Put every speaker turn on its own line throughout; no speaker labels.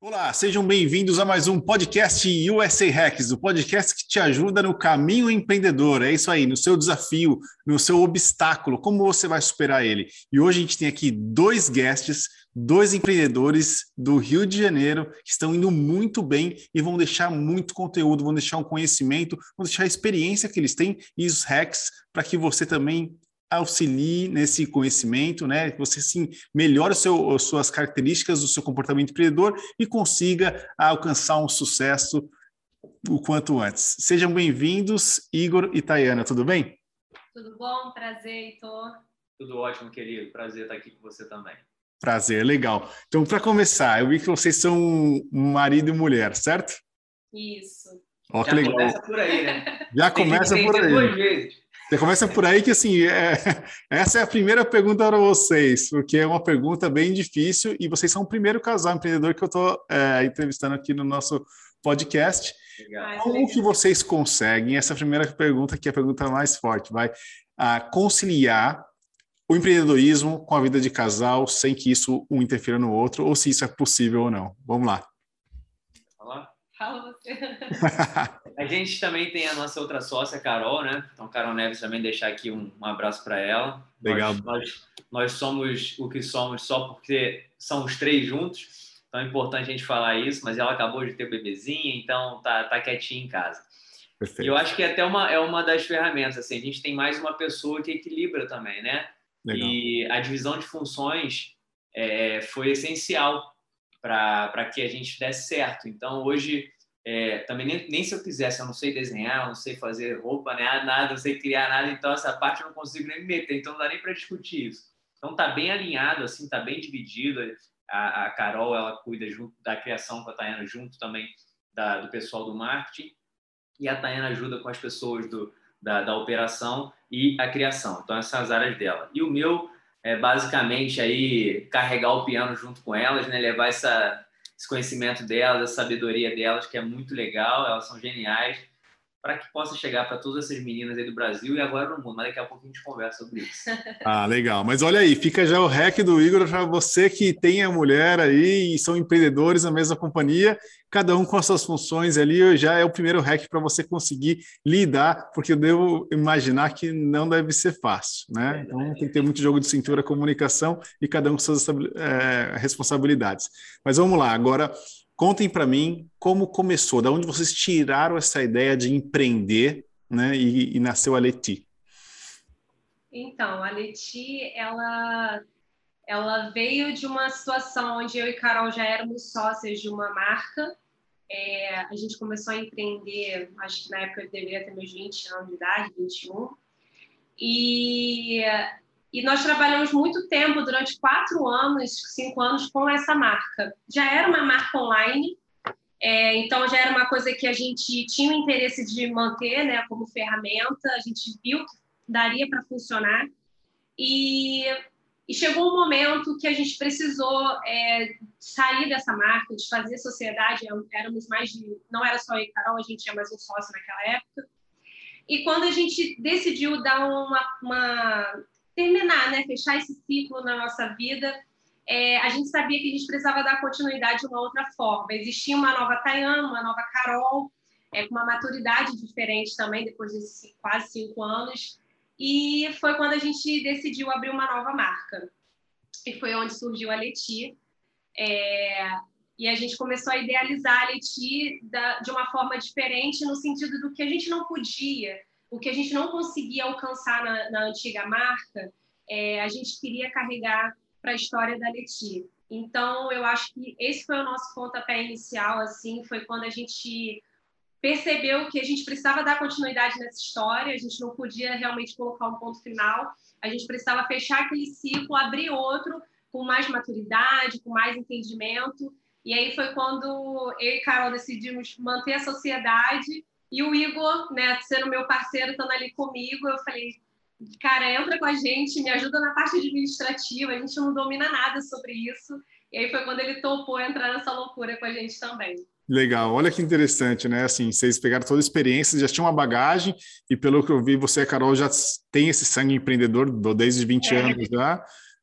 Olá, sejam bem-vindos a mais um podcast USA Hacks, o podcast que te ajuda no caminho empreendedor. É isso aí, no seu desafio, no seu obstáculo, como você vai superar ele. E hoje a gente tem aqui dois guests, dois empreendedores do Rio de Janeiro que estão indo muito bem e vão deixar muito conteúdo, vão deixar um conhecimento, vão deixar a experiência que eles têm e os hacks para que você também auxilie nesse conhecimento, né? Que você sim melhore as suas características, o seu comportamento empreendedor e consiga alcançar um sucesso o quanto antes. Sejam bem-vindos, Igor e Tayana, tudo bem?
Tudo bom? Prazer, Heitor.
Tudo ótimo, querido. Prazer estar aqui com você também.
Prazer, legal. Então, para começar, eu vi que vocês são marido e mulher, certo?
Isso.
Ó, que
Já
legal.
começa por aí, né?
Já começa por aí.
Duas vezes.
Você começa por aí que, assim, essa é a primeira pergunta para vocês, porque é uma pergunta bem difícil e vocês são o primeiro casal empreendedor que eu estou entrevistando aqui no nosso podcast.
Legal.
Como que vocês conseguem, essa primeira pergunta, que é a pergunta mais forte, conciliar o empreendedorismo com a vida de casal sem que isso um interfira no outro, ou se isso é possível ou não? Vamos lá.
Falar?
Fala você.
A gente também tem a nossa outra sócia, Carol, né? Então, Carol Neves, também deixar aqui um abraço para ela.
Legal.
Nós somos o que somos só porque são os três juntos. Então, é importante a gente falar isso, mas ela acabou de ter bebezinha, então tá quietinha em casa.
Perfeito.
E eu acho que até uma das ferramentas, assim, a gente tem mais uma pessoa que equilibra também, né?
Legal.
E a divisão de funções foi essencial para que a gente desse certo. Então, hoje, também nem se eu quisesse, eu não sei desenhar, eu não sei fazer roupa, né? Nada, eu não sei criar nada, então essa parte eu não consigo nem me meter, então não dá nem para discutir isso. Então, tá bem alinhado, assim, tá bem dividido. A Carol, ela cuida junto da criação com a Tayana, junto também do pessoal do marketing, e a Tayana ajuda com as pessoas da operação e a criação. Então, essas são as áreas dela. E o meu é basicamente aí carregar o piano junto com elas, né? Levar esse conhecimento delas, essa sabedoria delas, que é muito legal, elas são geniais, para que possa chegar para todas essas meninas aí do Brasil e agora no mundo. Mas daqui a pouco a gente conversa sobre isso.
Legal. Mas olha aí, fica já o hack do Igor para você que tem a mulher aí e são empreendedores na mesma companhia, cada um com as suas funções ali, já é o primeiro hack para você conseguir lidar, porque eu devo imaginar que não deve ser fácil, né? Então tem que ter muito jogo de cintura, comunicação e cada um com suas responsabilidades. Mas vamos lá, agora contem para mim como começou, da onde vocês tiraram essa ideia de empreender, né? E nasceu a Leti.
Então, a Leti, ela veio de uma situação onde eu e Carol já éramos sócias de uma marca. A gente começou a empreender, acho que na época eu deveria ter meus 20 anos de idade, 21. E nós trabalhamos muito tempo, durante 4 anos, 5 anos, com essa marca. Já era uma marca online, então já era uma coisa que a gente tinha o interesse de manter, né, como ferramenta. A gente viu que daria para funcionar. E chegou um momento que a gente precisou sair dessa marca, de fazer sociedade. Éramos não era só eu e Carol, a gente tinha mais um sócio naquela época. E quando a gente decidiu dar terminar, né, fechar esse ciclo na nossa vida, a gente sabia que a gente precisava dar continuidade de uma outra forma. Existia uma nova Tayana, uma nova Carol, com uma maturidade diferente também, depois de quase 5 anos. E foi quando a gente decidiu abrir uma nova marca. E foi onde surgiu a Leti. E a gente começou a idealizar a Leti de uma forma diferente, no sentido do que a gente não podia, o que a gente não conseguia alcançar na antiga marca, a gente queria carregar para a história da Leti. Então, eu acho que esse foi o nosso pontapé inicial, assim, foi quando a gente percebeu que a gente precisava dar continuidade nessa história, a gente não podia realmente colocar um ponto final, a gente precisava fechar aquele ciclo, abrir outro com mais maturidade, com mais entendimento. E aí foi quando eu e Carol decidimos manter a sociedade, e o Igor, né, sendo meu parceiro, estando ali comigo, eu falei, cara, entra com a gente, me ajuda na parte administrativa, a gente não domina nada sobre isso. E aí foi quando ele topou entrar nessa loucura com a gente também.
Legal, olha que interessante, né? Assim, vocês pegaram toda a experiência, já tinham uma bagagem, e pelo que eu vi, você e a Carol já tem esse sangue empreendedor desde 20 anos já,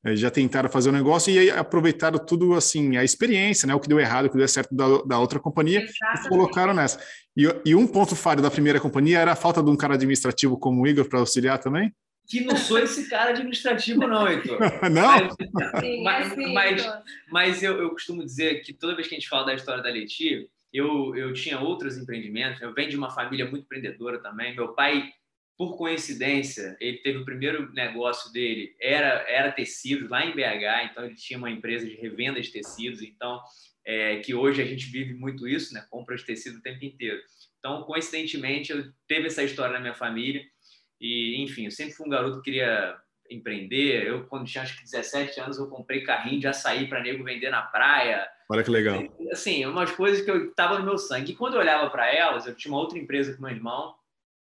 já tentaram fazer o negócio e aí aproveitaram tudo assim, a experiência, né? O que deu errado, o que deu certo da outra companhia, e se colocaram nessa. E um ponto falho da primeira companhia era a falta de um cara administrativo como o Igor para auxiliar também?
Que não sou esse cara administrativo, não, Heitor.
Não?
Mas eu costumo dizer que toda vez que a gente fala da história da Leti, eu tinha outros empreendimentos, eu venho de uma família muito empreendedora também. Meu pai, por coincidência, ele teve o primeiro negócio dele, era tecidos, lá em BH, então ele tinha uma empresa de revenda de tecidos, então, que hoje a gente vive muito isso, né? Compra de tecido o tempo inteiro. Então, coincidentemente, eu teve essa história na minha família e, enfim, eu sempre fui um garoto que queria empreender. Eu, quando tinha acho que 17 anos, eu comprei carrinho de açaí para nego vender na praia.
Olha que legal.
Assim, umas coisas que eu estava no meu sangue. E quando eu olhava para elas, eu tinha uma outra empresa com meu irmão,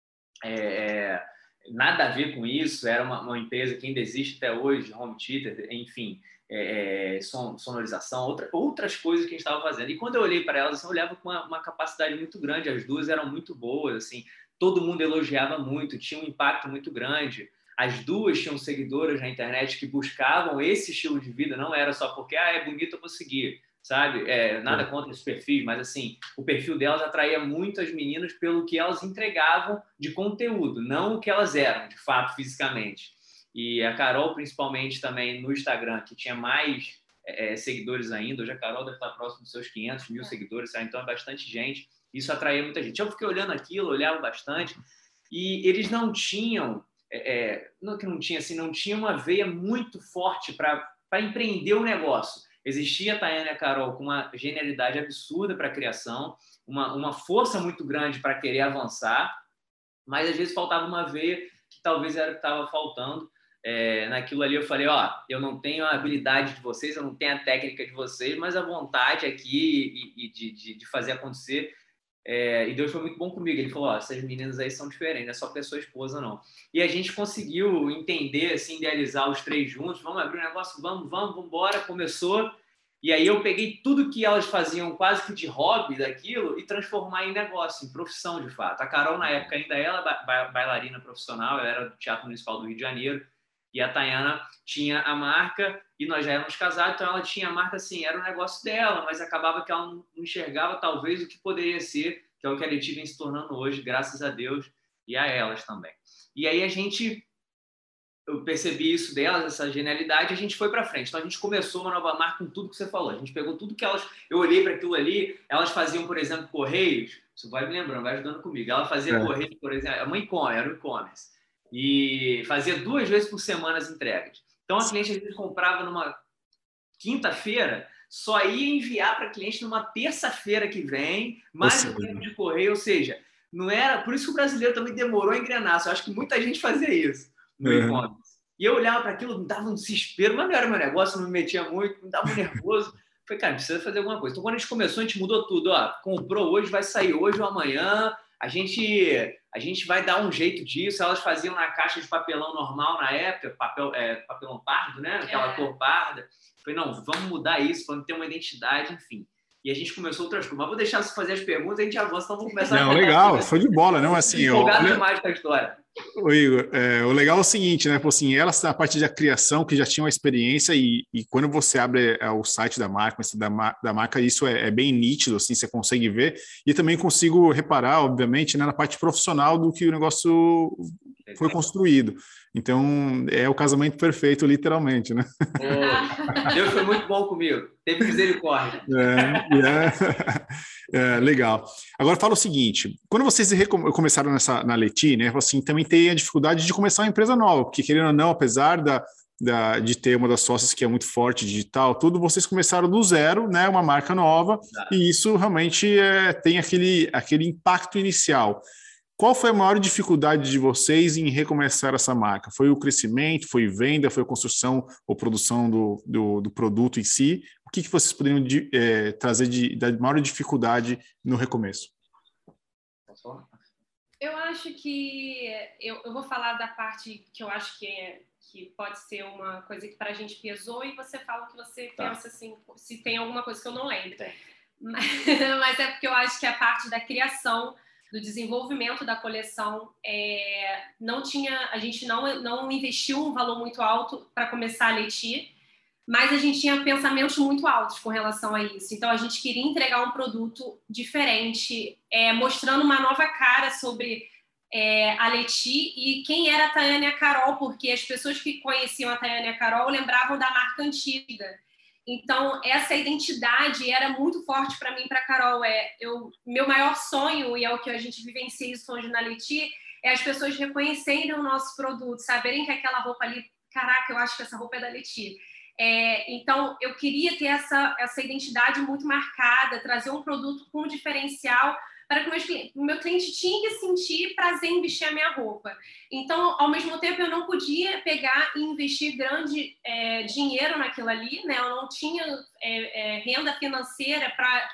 nada a ver com isso, era uma empresa que ainda existe até hoje, home theater, enfim, sonorização, outras coisas que a gente estava fazendo. E quando eu olhei para elas, assim, eu olhava com uma capacidade muito grande, as duas eram muito boas, assim, todo mundo elogiava muito, tinha um impacto muito grande. As duas tinham seguidoras na internet que buscavam esse estilo de vida, não era só porque é bonito, eu vou seguir, sabe? Nada contra esse perfil, mas assim, o perfil delas atraía muito as meninas pelo que elas entregavam de conteúdo, não o que elas eram, de fato, fisicamente. E a Carol, principalmente, também no Instagram, que tinha mais seguidores ainda. Hoje a Carol deve estar próximo dos seus 500 mil seguidores, sabe? Então é bastante gente. Isso atraía muita gente. Eu fiquei olhando aquilo, olhava bastante, e eles não tinham... não que não tinha, assim, não tinha uma veia muito forte para empreender o negócio. Existia a Tayana e a Carol com uma genialidade absurda para a criação, uma força muito grande para querer avançar, mas às vezes faltava uma veia que talvez era o que estava faltando. Naquilo ali eu falei, eu não tenho a habilidade de vocês, eu não tenho a técnica de vocês, mas a vontade aqui de fazer acontecer. E Deus foi muito bom comigo. Ele falou, essas meninas aí são diferentes, não é só porque é sua esposa, não. E a gente conseguiu entender, assim, idealizar os três juntos. Vamos abrir um negócio, vamos embora. Começou. E aí eu peguei tudo que elas faziam quase que de hobby daquilo e transformar em negócio, em profissão, de fato. A Carol, na época, ainda era bailarina profissional, ela era do Teatro Municipal do Rio de Janeiro. E a Tayana tinha a marca e nós já éramos casados, então ela tinha a marca, assim, era o negócio dela, mas acabava que ela não enxergava talvez o que poderia ser, que é o que a Leti vem se tornando hoje, graças a Deus e a elas também. E aí eu percebi isso delas, essa genialidade, e a gente foi para frente. Então a gente começou uma nova marca com tudo que você falou. A gente pegou tudo que elas... Eu olhei para aquilo ali, elas faziam, por exemplo, correios, você vai me lembrando, vai ajudando comigo. Ela fazia correios, por exemplo, era um e-commerce. E fazia 2 vezes por semana as entregas. Então, a cliente, às vezes, comprava numa quinta-feira, só ia enviar para a cliente numa terça-feira que vem, mais um tempo de correio, ou seja, não era... Por isso que o brasileiro também demorou a engrenar. Eu acho que muita gente fazia isso no e-commerce. E eu olhava para aquilo, me dava um desespero, mas não era meu negócio, não me metia muito, me dava um nervoso. Falei, cara, precisa fazer alguma coisa. Então, quando a gente começou, a gente mudou tudo. Comprou hoje, vai sair hoje ou amanhã. A gente vai dar um jeito disso. Elas faziam na caixa de papelão normal na época, papelão pardo, né? Aquela cor parda. Falei, não, vamos mudar isso, vamos ter uma identidade, enfim. E a gente começou outras coisas. Mas vou deixar você fazer as perguntas, a gente avança, então vamos começar.
Não, legal, foi de bola, não? Assim,
empolgado demais com a história.
O Igor, o legal é o seguinte, né? Assim, elas, a partir da criação, que já tinham a experiência, e quando você abre o site da marca, da marca, isso é bem nítido, assim, você consegue ver, e também consigo reparar, obviamente, né, na parte profissional do que o negócio foi construído. Então, é o casamento perfeito, literalmente, né?
Deus foi muito bom comigo, teve misericórdia.
Legal. Agora, fala o seguinte, quando vocês começaram na Leti, né, assim, também tem a dificuldade de começar uma empresa nova, porque, querendo ou não, apesar de ter uma das sócias que é muito forte, digital, tudo, vocês começaram do zero, né, uma marca nova, e isso realmente tem aquele impacto inicial. Qual foi a maior dificuldade de vocês em recomeçar essa marca? Foi o crescimento, foi venda, foi a construção ou produção do produto em si? O que vocês poderiam trazer da maior dificuldade no recomeço?
Eu acho que... Eu vou falar da parte que eu acho que pode ser uma coisa que para a gente pesou, e você fala o que você pensa, assim, se tem alguma coisa que eu não lembro. Mas é porque eu acho que a parte da criação, do desenvolvimento da coleção, a gente não investiu um valor muito alto para começar a Leti. mas a gente tinha pensamentos muito altos com relação a isso. Então, a gente queria entregar um produto diferente, mostrando uma nova cara sobre a Leti e quem era a Tayane e a Carol, porque as pessoas que conheciam a Tayane e a Carol lembravam da marca antiga. Então, essa identidade era muito forte para mim e para a Carol. Meu maior sonho, e é o que a gente vivencia isso hoje na Leti, é as pessoas reconhecerem o nosso produto, saberem que aquela roupa ali, caraca, eu acho que essa roupa é da Leti. Então, eu queria ter essa identidade muito marcada, trazer um produto com um diferencial para que o meu cliente tinha que sentir prazer em vestir a minha roupa. Então, ao mesmo tempo, eu não podia pegar e investir grande dinheiro naquilo ali, né? Eu não tinha renda financeira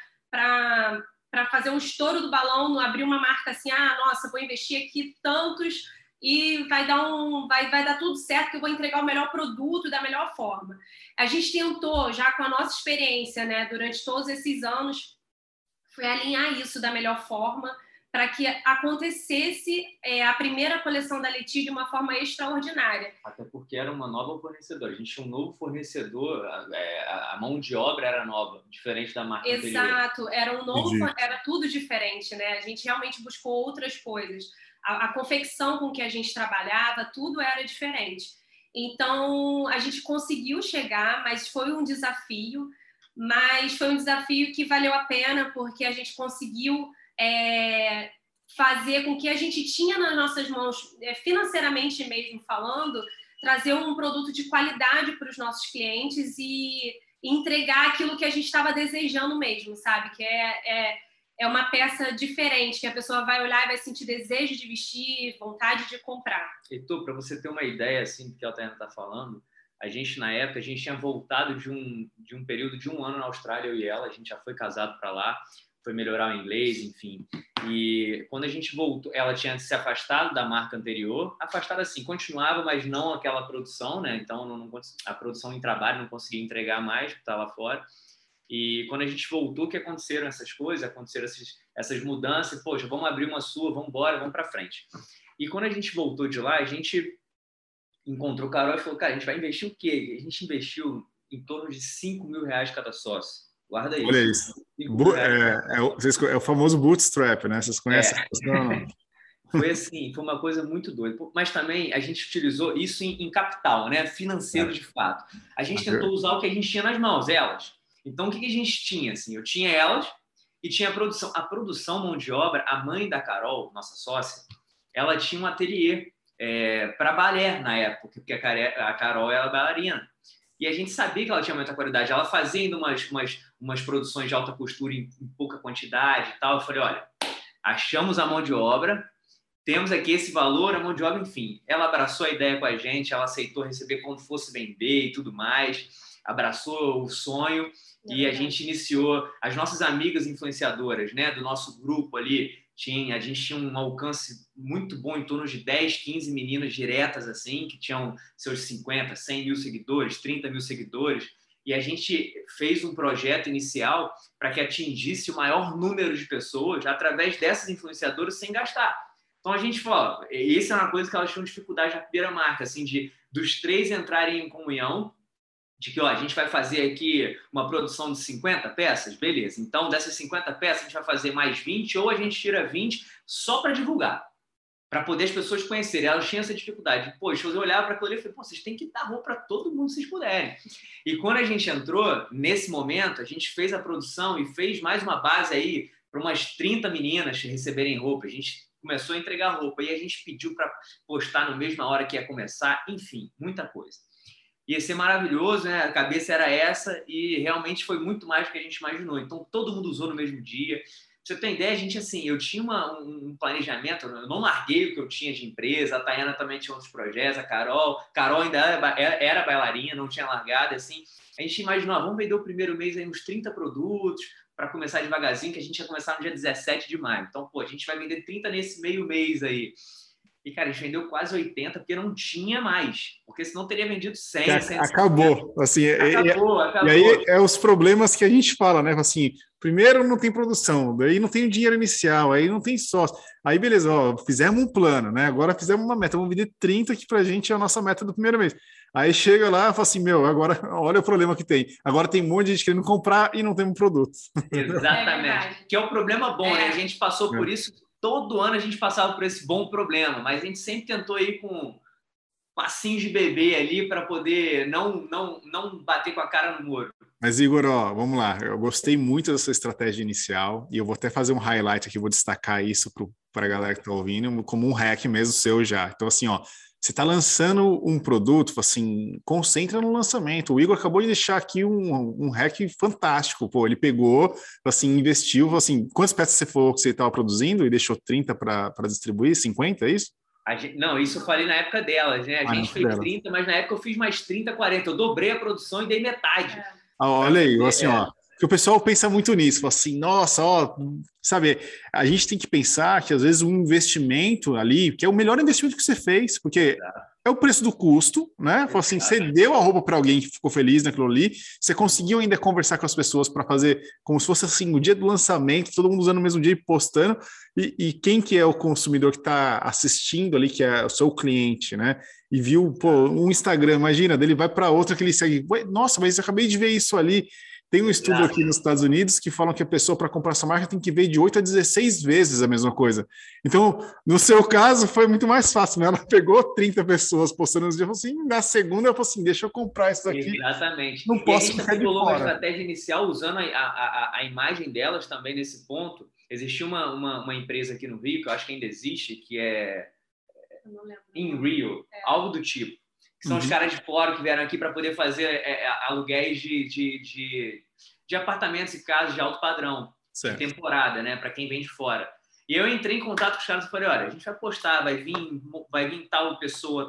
para fazer um estouro do balão, não abrir uma marca assim, nossa, vou investir aqui tantos e vai dar tudo certo, que eu vou entregar o melhor produto da melhor forma. A gente tentou, já com a nossa experiência, né, durante todos esses anos, foi alinhar isso da melhor forma para que acontecesse a primeira coleção da Leti de uma forma extraordinária.
Até porque era uma nova fornecedora. A gente tinha um novo fornecedor, a mão de obra era nova, diferente da marca anterior.
Exato, era tudo diferente, né? A gente realmente buscou outras coisas. A confecção com que a gente trabalhava, tudo era diferente. Então, a gente conseguiu chegar, mas foi um desafio. Mas foi um desafio que valeu a pena, porque a gente conseguiu fazer com que a gente tinha nas nossas mãos, financeiramente mesmo falando, trazer um produto de qualidade para os nossos clientes e entregar aquilo que a gente estava desejando mesmo, sabe? Que é uma peça diferente, que a pessoa vai olhar e vai sentir desejo de vestir, vontade de comprar.
Heitor, para você ter uma ideia assim, do que a Tayane está falando, a gente, na época, a gente tinha voltado de um período de 1 ano na Austrália, eu e ela, a gente já foi casado para lá, foi melhorar o inglês, enfim. E quando a gente voltou, ela tinha se afastado da marca anterior, afastada assim, continuava, mas não aquela produção, né? Então, a produção em trabalho não conseguia entregar mais, porque estava fora. E quando a gente voltou, que aconteceram essas coisas, aconteceram essas mudanças, poxa, vamos abrir uma sua, vamos embora, vamos para frente. E quando a gente voltou de lá, a gente encontrou o Carol e falou, cara, a gente vai investir o quê? A gente investiu em torno de R$5 mil cada sócio. Guarda isso.
Olha isso. É o famoso bootstrap, né? Vocês conhecem? Não.
Foi assim, foi uma coisa muito doida. Mas também a gente utilizou isso em capital, né? Financeiro de fato. A gente tentou usar o que a gente tinha nas mãos, elas. Então, o que a gente tinha? Assim, eu tinha elas e tinha a produção. A produção, mão de obra, a mãe da Carol, nossa sócia, ela tinha um ateliê para balé na época, porque a Carol era bailarina. E a gente sabia que ela tinha muita qualidade. Ela fazia ainda umas produções de alta costura em pouca quantidade e tal. Eu falei, olha, achamos a mão de obra, temos aqui esse valor, a mão de obra, enfim. Ela abraçou a ideia com a gente, ela aceitou receber quando fosse vender e tudo mais, abraçou o sonho e a gente iniciou. As nossas amigas influenciadoras, né, do nosso grupo ali, a gente tinha um alcance muito bom, em torno de 10, 15 meninas diretas, assim, que tinham seus 50, 100 mil seguidores, 30 mil seguidores, e a gente fez um projeto inicial para que atingisse o maior número de pessoas através dessas influenciadoras sem gastar. Então, a gente falou, isso é uma coisa que elas tinham dificuldade na primeira marca, assim, dos 3 entrarem em comunhão, de que a gente vai fazer aqui uma produção de 50 peças, beleza. Então, dessas 50 peças, a gente vai fazer mais 20 ou a gente tira 20 só para divulgar, para poder as pessoas conhecerem. Elas tinham essa dificuldade. Poxa, eu olhava para aquilo ali e falei, vocês têm que dar roupa para todo mundo se vocês puderem. E quando a gente entrou, nesse momento, a gente fez a produção e fez mais uma base aí para umas 30 meninas receberem roupa. A gente começou a entregar roupa e a gente pediu para postar na mesma hora que ia começar. Enfim, muita coisa. Ia ser maravilhoso, né? A cabeça era essa e realmente foi muito mais do que a gente imaginou. Então, todo mundo usou no mesmo dia. Pra você ter ideia, gente, assim, eu tinha um planejamento, eu não larguei o que eu tinha de empresa, a Tayana também tinha outros projetos, a Carol ainda era bailarina, não tinha largado, assim. A gente imaginou, vamos vender o primeiro mês aí uns 30 produtos para começar devagarzinho, que a gente ia começar no dia 17 de maio. Então, a gente vai vender 30 nesse meio mês aí. E, cara, a gente vendeu quase 80 porque não tinha mais. Porque senão teria vendido 100,
Que
150.
acabou. Assim,
Acabou.
E aí é os problemas que a gente fala, né? Assim, primeiro não tem produção, daí não tem o dinheiro inicial, aí não tem sócio. Aí, beleza, ó, fizemos um plano, né? Agora fizemos uma meta, vamos vender 30, que pra gente é a nossa meta do primeiro mês. Aí chega lá e fala assim, meu, agora olha o problema que tem. Agora tem um monte de gente querendo comprar e não tem um produto.
Exatamente. Que é o problema bom, né? A gente passou por isso, todo ano a gente passava por esse bom problema, mas a gente sempre tentou ir com passinhos de bebê ali para poder não bater com a cara no muro.
Mas, Igor, ó, vamos lá. Eu gostei muito dessa estratégia inicial e eu vou até fazer um highlight aqui, vou destacar isso para a galera que está ouvindo, como um hack mesmo seu já. Então, assim, ó, você está lançando um produto, assim, concentra no lançamento. O Igor acabou de deixar aqui um hack fantástico. Pô, ele pegou, assim, investiu, assim, quantas peças você falou que você estava produzindo e deixou 30 para distribuir? 50, é isso?
Não, isso eu falei na época delas, né? A gente fez 30, mas na época eu fiz mais 30, 40. Eu dobrei a produção e dei metade.
Olha aí, assim, ó, que o pessoal pensa muito nisso, fala assim, nossa, ó, sabe, a gente tem que pensar que às vezes um investimento ali, que é o melhor investimento que você fez, porque é o preço do custo, né? Fala assim, você deu a roupa para alguém que ficou feliz naquilo ali, você conseguiu ainda conversar com as pessoas para fazer como se fosse assim, o dia do lançamento, todo mundo usando no mesmo dia e postando, e quem que é o consumidor que está assistindo ali, que é o seu cliente, né? E viu, pô, um Instagram, imagina, dele vai para outra que ele segue. Nossa, mas eu acabei de ver isso ali. Tem um estudo aqui nos Estados Unidos que falam que a pessoa, para comprar essa marca, tem que ver de 8 a 16 vezes a mesma coisa. Então, no seu caso, foi muito mais fácil, né? Ela pegou 30 pessoas postando nos dias e falou assim, na segunda, ela falou assim, deixa eu comprar isso daqui.
Exatamente.
Não posso
e a gente
ficar de
rolou
fora.
uma estratégia inicial usando a imagem delas também nesse ponto. Existia uma empresa aqui no Rio, que eu acho que ainda existe, que é In Rio, algo do tipo. Que são os caras de fora que vieram aqui para poder fazer aluguéis de apartamentos e casas de alto padrão, de temporada, né? Para quem vem de fora. E eu entrei em contato com os caras e falei, olha, a gente vai postar, vai vir tal pessoa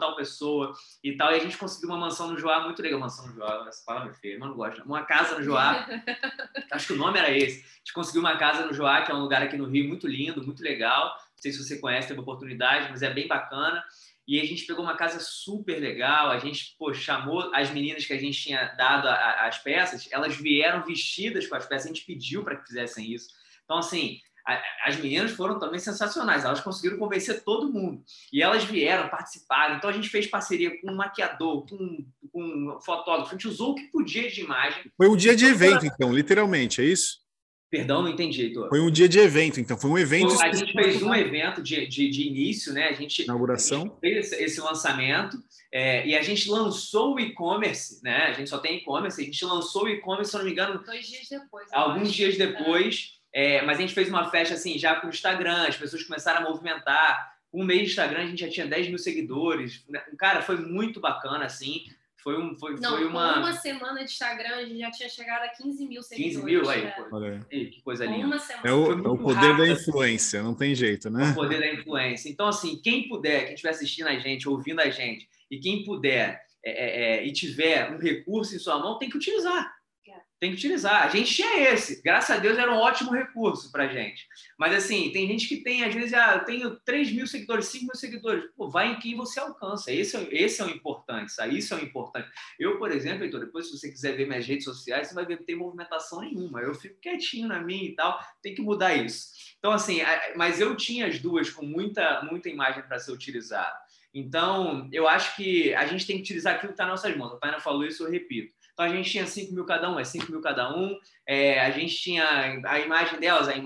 e tal. E a gente conseguiu uma mansão no Joá, muito legal. Mansão no Joá, essa palavra é feia, mas não gosto. Uma casa no Joá, acho que o nome era esse. A gente conseguiu uma casa no Joá, que é um lugar aqui no Rio muito lindo, muito legal. Não sei se você conhece, teve oportunidade, mas é bem bacana. E a gente pegou uma casa super legal, a gente chamou as meninas que a gente tinha dado as peças, elas vieram vestidas com as peças, a gente pediu para que fizessem isso. Então, assim, as meninas foram também sensacionais, elas conseguiram convencer todo mundo. E elas vieram, participaram. Então, a gente fez parceria com um maquiador, com um fotógrafo, a gente usou o que podia de imagem.
Foi um dia de evento, então, literalmente, é isso?
Perdão, não entendi, Heitor.
Foi um dia de evento, então. Foi um evento...
A gente fez um evento de início, né? A gente fez esse lançamento e a gente lançou o e-commerce, né? A gente só tem e-commerce. A gente lançou o e-commerce, se eu não me engano...
2 dias depois.
Alguns dias depois. Mas a gente fez uma festa, assim, já com o Instagram. As pessoas começaram a movimentar. Um mês de Instagram, a gente já tinha 10 mil seguidores. Cara, foi muito bacana, assim... Foi
uma semana de Instagram, a gente já tinha chegado a 15 mil seguidores.
15 mil? Aí, olha aí. Que coisa linda.
Uma semana.
É o poder da influência, não tem jeito, né?
É o poder da influência. Então, assim, quem puder, quem estiver assistindo a gente, ouvindo a gente, e quem puder e tiver um recurso em sua mão, tem que utilizar. Tem que utilizar. A gente tinha esse. Graças a Deus era um ótimo recurso pra gente. Mas, assim, tem gente que tem, às vezes, eu tenho 3 mil seguidores, 5 mil seguidores. Pô, vai em quem você alcança. Esse é o importante, sabe? Isso é o importante. Eu, por exemplo, Heitor, depois, se você quiser ver minhas redes sociais, você vai ver que não tem movimentação nenhuma. Eu fico quietinho na minha e tal. Tem que mudar isso. Então, assim, mas eu tinha as duas com muita imagem para ser utilizada. Então, eu acho que a gente tem que utilizar aquilo que está nas nossas mãos. A Taina falou isso, eu repito. Então, a gente tinha 5 mil cada um, 5 mil cada um. A gente tinha a imagem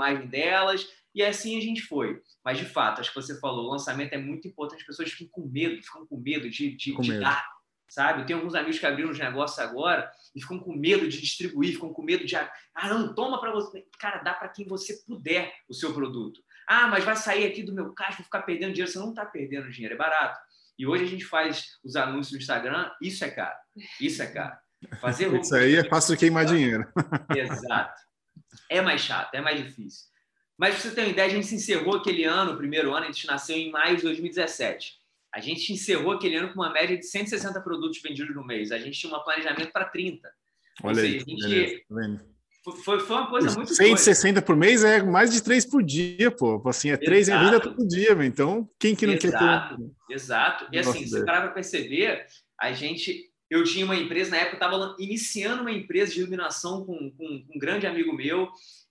delas, e assim a gente foi. Mas, de fato, acho que você falou, o lançamento é muito importante, as pessoas ficam com medo de dar, sabe? Eu tenho alguns amigos que abriram os negócios agora e ficam com medo de distribuir, ficam com medo de... não, toma para você. Cara, dá para quem você puder o seu produto. Mas vai sair aqui do meu caixa, vou ficar perdendo dinheiro. Você não está perdendo dinheiro, é barato. E hoje a gente faz os anúncios no Instagram, isso é caro. Isso é caro.
Isso aí é fácil de queimar dinheiro.
Exato. É mais chato, é mais difícil. Mas, para você ter uma ideia, a gente se encerrou aquele ano, o primeiro ano, a gente nasceu em maio de 2017. A gente encerrou aquele ano com uma média de 160 produtos vendidos no mês. A gente tinha um planejamento para 30.
Olha aí, beleza.
Foi uma coisa muito doida.
160 por mês é mais de 3 por dia, pô. Assim, é 3 em vida todo dia, velho. Então, quem que não quer ter
Exato. E assim, se parar para perceber, eu tinha uma empresa, na época eu estava iniciando uma empresa de iluminação com um grande amigo meu,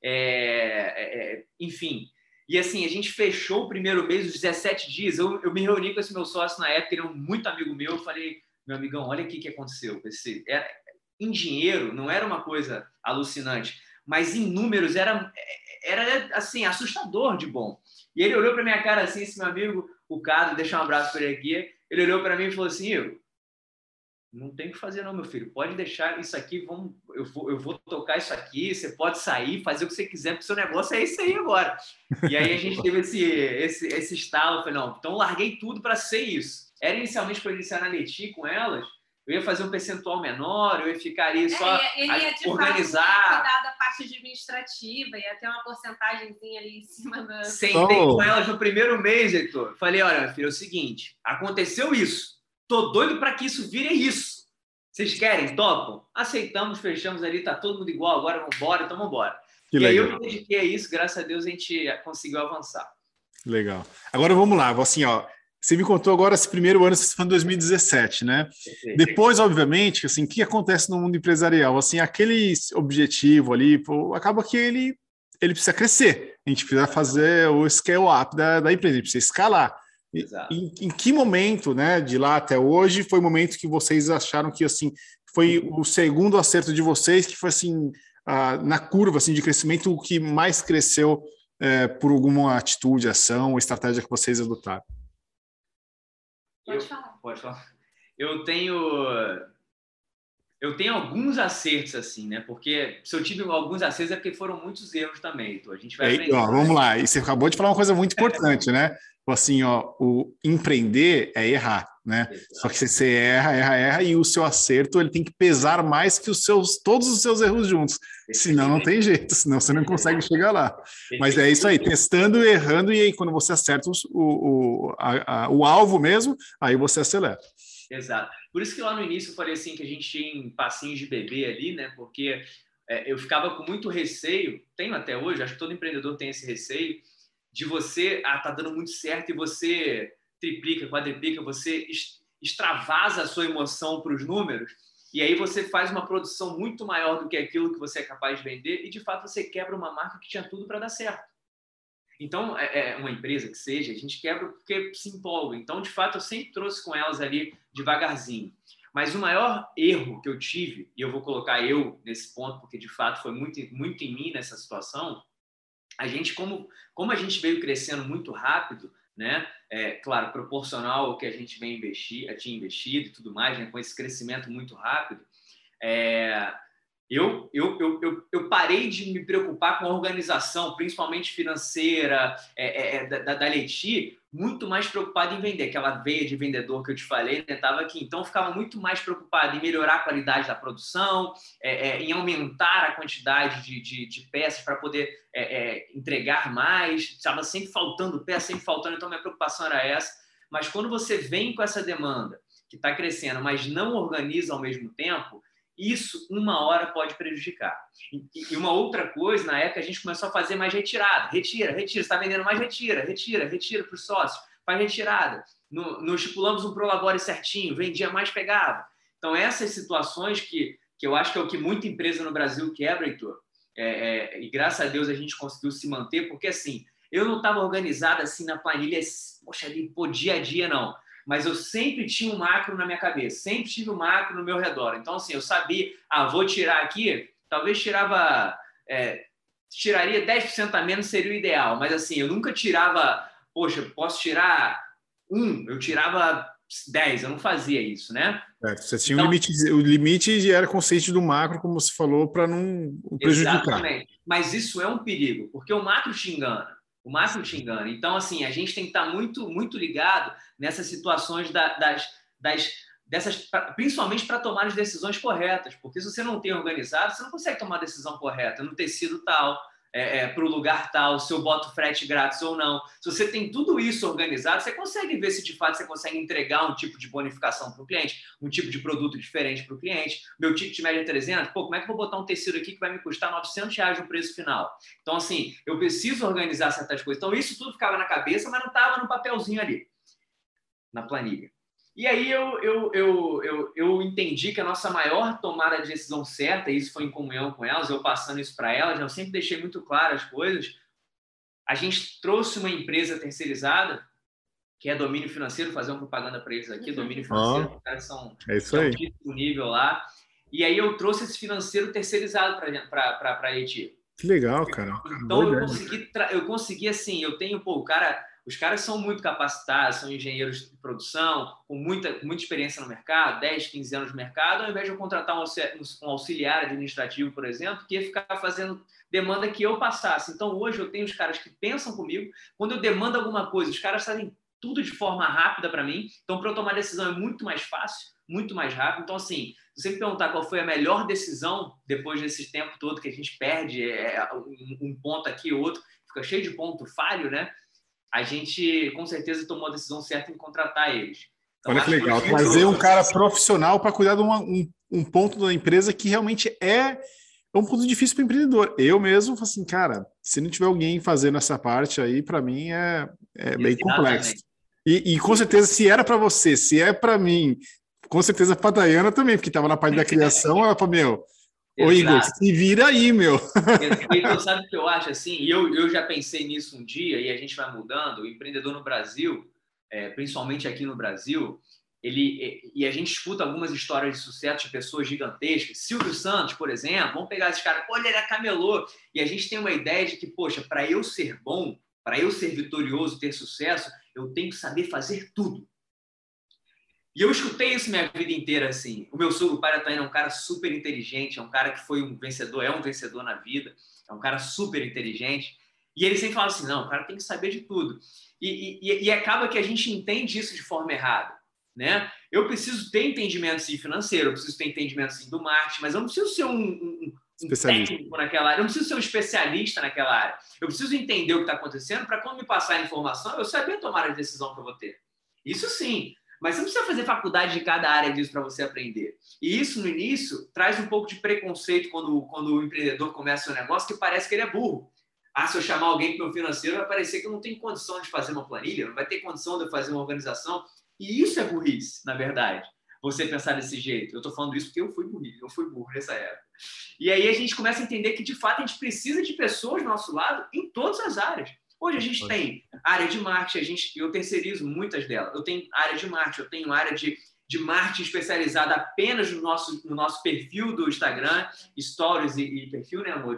enfim. E assim, a gente fechou o primeiro mês, os 17 dias, eu me reuni com esse meu sócio na época, ele é muito amigo meu, eu falei, meu amigão, olha aqui o que aconteceu. Em dinheiro, não era uma coisa alucinante, mas em números era assim, assustador de bom. E ele olhou para minha cara assim, esse meu amigo, o Cado, deixa um abraço para ele aqui, ele olhou para mim e falou assim, não tem o que fazer não, meu filho, pode deixar isso aqui, eu vou tocar isso aqui, você pode sair, fazer o que você quiser, porque o seu negócio é isso aí agora. E aí a gente teve esse estalo, eu falei, não, então eu larguei tudo para ser isso. Era inicialmente para iniciar na Leti com elas, eu ia fazer um percentual menor, eu ia ficar ali só
ele ia, de
organizar.
Fato, cuidar da parte administrativa, ia ter uma porcentagemzinha ali em cima da...
Sentei com elas no primeiro mês, Heitor. Falei, olha, meu filho, é o seguinte, aconteceu isso. Tô doido para que isso vire isso. Vocês querem? Topam? Aceitamos, fechamos ali, tá todo mundo igual, agora vamos embora, então vamos embora. E legal. Aí eu me dediquei a isso, graças a Deus a gente conseguiu avançar.
Legal. Agora vamos lá, assim, ó. Você me contou agora esse primeiro ano, você foi em 2017, né? Depois, obviamente, assim, o que acontece no mundo empresarial? Assim, aquele objetivo ali, pô, acaba que ele precisa crescer. A gente precisa fazer o scale-up da empresa, a gente precisa escalar. Em que momento, né, de lá até hoje, foi o momento que vocês acharam que, assim, foi o segundo acerto de vocês, que foi, assim, na curva, assim, de crescimento, o que mais cresceu por alguma atitude, ação, estratégia que vocês adotaram?
Pode falar. Eu tenho alguns acertos, assim, né? Porque se eu tive alguns acertos é porque foram muitos erros também. Então a gente vai aprender.
Vamos lá. E você acabou de falar uma coisa muito importante, né? Assim, ó, o empreender é errar, né? Exato. Só que você erra e o seu acerto ele tem que pesar mais que todos os seus erros juntos. Senão não tem jeito, senão você não consegue chegar lá. Mas é isso aí, testando e errando, e aí quando você acerta o alvo mesmo, aí você acelera.
Exato. Por isso que lá no início eu falei assim que a gente tinha passinhos de bebê ali, né? Porque eu ficava com muito receio, tenho até hoje, acho que todo empreendedor tem esse receio, de você, tá dando muito certo e você triplica, quadriplica, você extravasa a sua emoção para os números e aí você faz uma produção muito maior do que aquilo que você é capaz de vender e, de fato, você quebra uma marca que tinha tudo para dar certo. Então, uma empresa que seja, a gente quebra porque se empolga. Então, de fato, eu sempre trouxe com elas ali devagarzinho. Mas o maior erro que eu tive, e eu vou colocar eu nesse ponto, porque, de fato, foi muito, muito em mim nessa situação, a gente, como a gente veio crescendo muito rápido, né? Claro, proporcional ao que a gente tinha investido e tudo mais, né? Com esse crescimento muito rápido, eu parei de me preocupar com a organização, principalmente financeira, da Leti, muito mais preocupado em vender. Aquela veia de vendedor que eu te falei, né, estava aqui. Então, eu ficava muito mais preocupado em melhorar a qualidade da produção, em aumentar a quantidade de peças para poder entregar mais. Estava sempre faltando peça, então minha preocupação era essa. Mas quando você vem com essa demanda que está crescendo, mas não organiza ao mesmo tempo, isso uma hora pode prejudicar. E uma outra coisa, na época a gente começou a fazer mais retirada. Retira, você está vendendo mais, retira para os sócios, faz retirada. Nos estipulamos um prolabore certinho, vendia mais, pegava. Então essas situações que eu acho que é o que muita empresa no Brasil quebra, Heitor, e graças a Deus a gente conseguiu se manter, porque assim, eu não estava organizado assim na planilha, poxa, ali, dia a dia não. Mas eu sempre tinha um macro na minha cabeça, sempre tive um macro no meu redor. Então, assim, eu sabia, vou tirar aqui, talvez tiraria 10% a menos, seria o ideal. Mas, assim, eu nunca tirava, poxa, posso tirar 1, eu tirava 10, eu não fazia isso, né?
Você tinha então, o limite era consciente do macro, como você falou, para não prejudicar.
Exatamente. Mas isso é um perigo, porque o macro te engana. O macro te engana. Então, assim, a gente tem que estar muito, muito ligado nessas situações dessas, principalmente para tomar as decisões corretas. Porque se você não tem organizado, você não consegue tomar a decisão correta no tecido tal, para o lugar tal, se eu boto frete grátis ou não. Se você tem tudo isso organizado, você consegue ver se de fato você consegue entregar um tipo de bonificação para o cliente, um tipo de produto diferente para o cliente. Meu ticket médio é 300, como é que eu vou botar um tecido aqui que vai me custar R$ 900 no preço final? Então, assim, eu preciso organizar certas coisas. Então, isso tudo ficava na cabeça, mas não estava no papelzinho ali, na planilha. E aí eu entendi que a nossa maior tomada de decisão certa, e isso foi em comunhão com elas, eu passando isso para elas, eu sempre deixei muito claro as coisas. A gente trouxe uma empresa terceirizada, que é Domínio Financeiro, fazer uma propaganda para eles aqui, Domínio Financeiro, os caras são de altíssimo nível lá. E aí eu trouxe esse financeiro terceirizado para a Eti.
Que legal, cara.
Então eu consegui assim, eu tenho, os caras são muito capacitados, são engenheiros de produção, com muita experiência no mercado, 10, 15 anos no mercado, ao invés de eu contratar um auxiliar administrativo, por exemplo, que ia ficar fazendo demanda que eu passasse. Então, hoje eu tenho os caras que pensam comigo, quando eu demando alguma coisa, os caras fazem tudo de forma rápida para mim, então para eu tomar decisão é muito mais fácil, muito mais rápido. Então, assim, se você me perguntar qual foi a melhor decisão depois desse tempo todo que a gente perde um ponto aqui, outro, fica cheio de ponto falho, né? A gente, com certeza, tomou a decisão certa em contratar eles. Então,
olha que legal, trazer um cara profissional para cuidar de um ponto da empresa que realmente é um ponto difícil para o empreendedor. Eu mesmo, assim, cara, se não tiver alguém fazendo essa parte aí, para mim é bem complexo. E com certeza, se era para você, se é para mim, com certeza para a Dayana também, porque estava na parte da criação, ela falou, meu, ô Igor, se vira aí, meu.
Então, sabe o que eu acho assim? E eu já pensei nisso um dia, e a gente vai mudando. O empreendedor no Brasil, principalmente aqui no Brasil, e a gente escuta algumas histórias de sucesso de pessoas gigantescas. Silvio Santos, por exemplo, vamos pegar esses caras, ele era camelô. E a gente tem uma ideia de que, poxa, para eu ser bom, para eu ser vitorioso, ter sucesso, eu tenho que saber fazer tudo. E eu escutei isso minha vida inteira, assim. O meu sogro, o pai da Taina, é um cara super inteligente, é um cara que foi um vencedor na vida, é um cara super inteligente. E ele sempre fala assim, não, o cara tem que saber de tudo. E acaba que a gente entende isso de forma errada, né? Eu preciso ter entendimento, sim, financeiro, eu preciso ter entendimento, sim, do marketing, mas eu não preciso ser um técnico naquela área, eu não preciso ser um especialista naquela área. Eu preciso entender o que está acontecendo para, quando me passar a informação, eu saber tomar a decisão que eu vou ter. Isso sim. Mas você não precisa fazer faculdade de cada área disso para você aprender. E isso, no início, traz um pouco de preconceito quando o empreendedor começa o negócio, que parece que ele é burro. Se eu chamar alguém para o meu financeiro, vai parecer que eu não tenho condição de fazer uma planilha, não vai ter condição de eu fazer uma organização. E isso é burrice, na verdade, você pensar desse jeito. Eu estou falando isso porque eu fui burro nessa época. E aí a gente começa a entender que, de fato, a gente precisa de pessoas do nosso lado em todas as áreas. Hoje a gente tem área de marketing, eu terceirizo muitas delas. Eu tenho área de marketing, eu tenho área de marketing especializada apenas no nosso perfil do Instagram, stories e perfil, né, amor?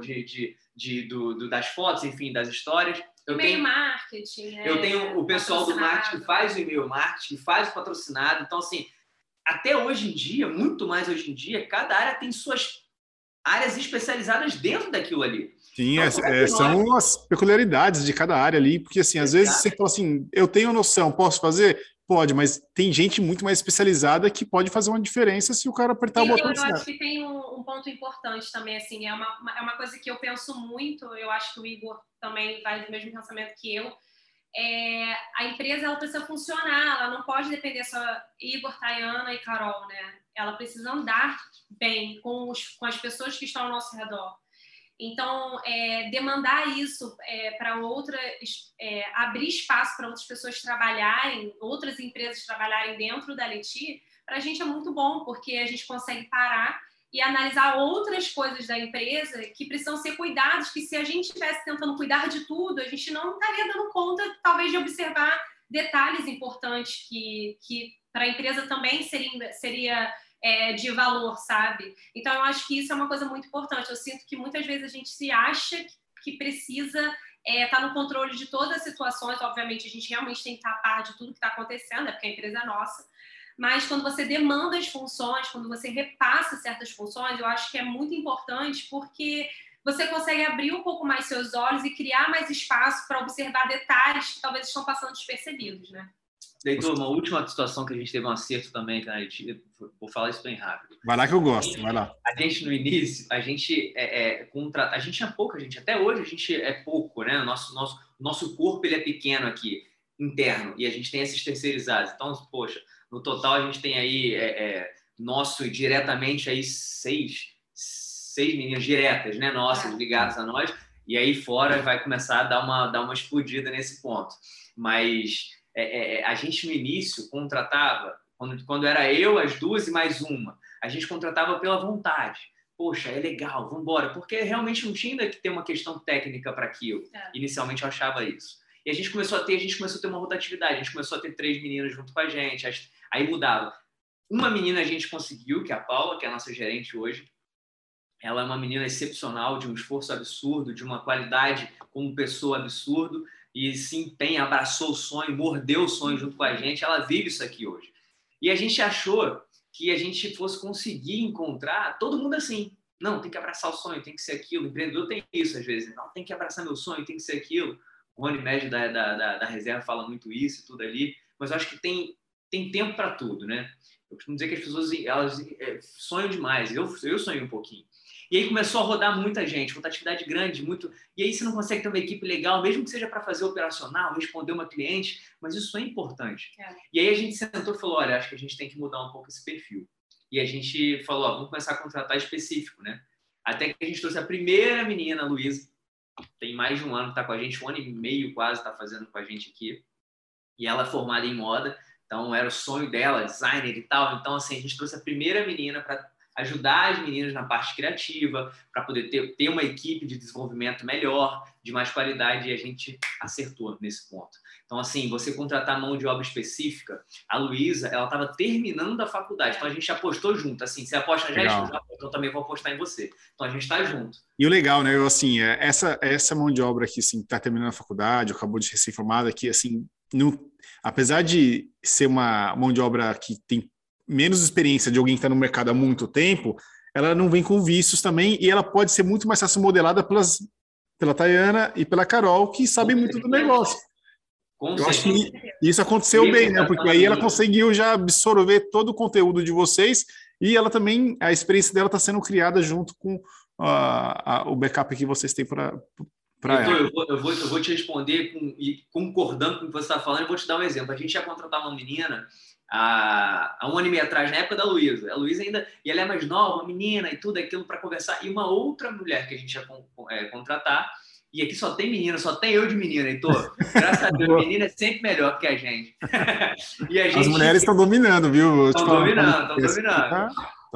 Das fotos, enfim, das histórias.
E-mail marketing.
Eu tenho o pessoal do marketing que faz o e-mail marketing, que faz o patrocinado. Então, assim, até hoje em dia, muito mais hoje em dia, cada área tem suas áreas especializadas dentro daquilo ali.
Sim, então, são as peculiaridades de cada área ali, porque assim, às vezes você fala assim, eu tenho noção, posso fazer? Pode, mas tem gente muito mais especializada que pode fazer uma diferença se o cara apertar o botão.
Eu acho que tem um ponto importante também, assim, é uma coisa que eu penso muito, eu acho que o Igor também faz o mesmo pensamento que eu, a empresa ela precisa funcionar, ela não pode depender só Igor, Tayana e Carol, né? Ela precisa andar bem com as pessoas que estão ao nosso redor. Então, demandar isso para abrir espaço para outras pessoas trabalharem, outras empresas trabalharem dentro da Leti, para a gente é muito bom, porque a gente consegue parar e analisar outras coisas da empresa que precisam ser cuidadas, que se a gente estivesse tentando cuidar de tudo, a gente não estaria dando conta, talvez, de observar detalhes importantes que para a empresa também seria de valor, sabe? Então, eu acho que isso é uma coisa muito importante. Eu sinto que muitas vezes a gente se acha que precisa estar no controle de todas as situações. Obviamente, a gente realmente tem que estar a par de tudo que está acontecendo, porque a empresa é nossa. Mas quando você demanda as funções, quando você repassa certas funções, eu acho que é muito importante, porque você consegue abrir um pouco mais seus olhos e criar mais espaço para observar detalhes que talvez estão passando despercebidos, né?
Heitor, uma última situação que a gente teve um acerto também, cara, vou falar isso bem rápido.
Vai lá que eu gosto, vai lá.
A gente, no início, a gente tinha pouca gente, até hoje a gente é pouco, né? Nosso corpo ele é pequeno aqui, interno, e a gente tem esses terceirizados. Então, poxa, no total a gente tem aí nosso diretamente aí seis meninas diretas, né? Nossas, ligadas a nós, e aí fora vai começar a dar uma explodida nesse ponto. Mas a gente no início contratava, quando era eu, as duas e mais uma, a gente contratava pela vontade. Poxa, é legal, vamos embora. Porque realmente não tinha ainda que ter uma questão técnica para aquilo. Inicialmente eu achava isso. E a gente começou a ter uma rotatividade. A gente começou a ter 3 meninas junto com a gente. Aí mudava. Uma menina a gente conseguiu, que é a Paula, que é a nossa gerente hoje. Ela é uma menina excepcional, de um esforço absurdo, de uma qualidade como pessoa absurdo. E sim, abraçou o sonho, mordeu o sonho junto com a gente. Ela vive isso aqui hoje. E a gente achou que a gente fosse conseguir encontrar todo mundo assim. Não, tem que abraçar o sonho, tem que ser aquilo. O empreendedor tem isso às vezes. Não, tem que abraçar meu sonho, tem que ser aquilo. O Rony Médio da Reserva fala muito isso e tudo ali. Mas eu acho que tem tempo para tudo, né? Eu costumo dizer que as pessoas elas sonham demais. Eu sonhei um pouquinho. E aí começou a rodar muita gente, rotatividade grande, muito. E aí você não consegue ter uma equipe legal, mesmo que seja para fazer operacional, responder uma cliente, mas isso é importante. E aí a gente sentou e falou, olha, acho que a gente tem que mudar um pouco esse perfil. E a gente falou, vamos começar a contratar específico, né? Até que a gente trouxe a primeira menina, a Luísa, tem mais de um ano, está com a gente, 1 ano e meio quase está fazendo com a gente aqui. E ela é formada em moda, então era o sonho dela, designer e tal. Então, assim, a gente trouxe a primeira menina para ajudar as meninas na parte criativa, para poder ter uma equipe de desenvolvimento melhor, de mais qualidade, e a gente acertou nesse ponto. Então, assim, você contratar mão de obra específica, a Luísa, ela estava terminando a faculdade, então a gente apostou junto, assim, você aposta na Jéssica? Então também vou apostar em você. Então a gente está junto.
E o legal, né, assim, essa mão de obra aqui, assim, está terminando a faculdade, acabou de recém-formada, que, assim, apesar de ser uma mão de obra que tem menos experiência de alguém que está no mercado há muito tempo, ela não vem com vícios também, e ela pode ser muito mais fácil modelada pela Tayana e pela Carol, que sabem muito do negócio. Eu acho que isso aconteceu bem, né? Porque aí ela conseguiu já absorver todo o conteúdo de vocês, e ela também, a experiência dela está sendo criada junto com o backup que vocês têm para ela.
Eu vou te responder concordando com o que você está falando, eu vou te dar um exemplo. A gente ia contratar uma menina há 1 ano e meio atrás, na época da Luísa. A Luísa ainda, e ela é mais nova, uma menina e tudo aquilo para conversar, e uma outra mulher que a gente ia contratar, e aqui só tem menina, só tem eu de menina, Heitor. Graças a Deus, menina é sempre melhor que a gente.
As mulheres estão dominando, viu?
Estão dominando.
Tá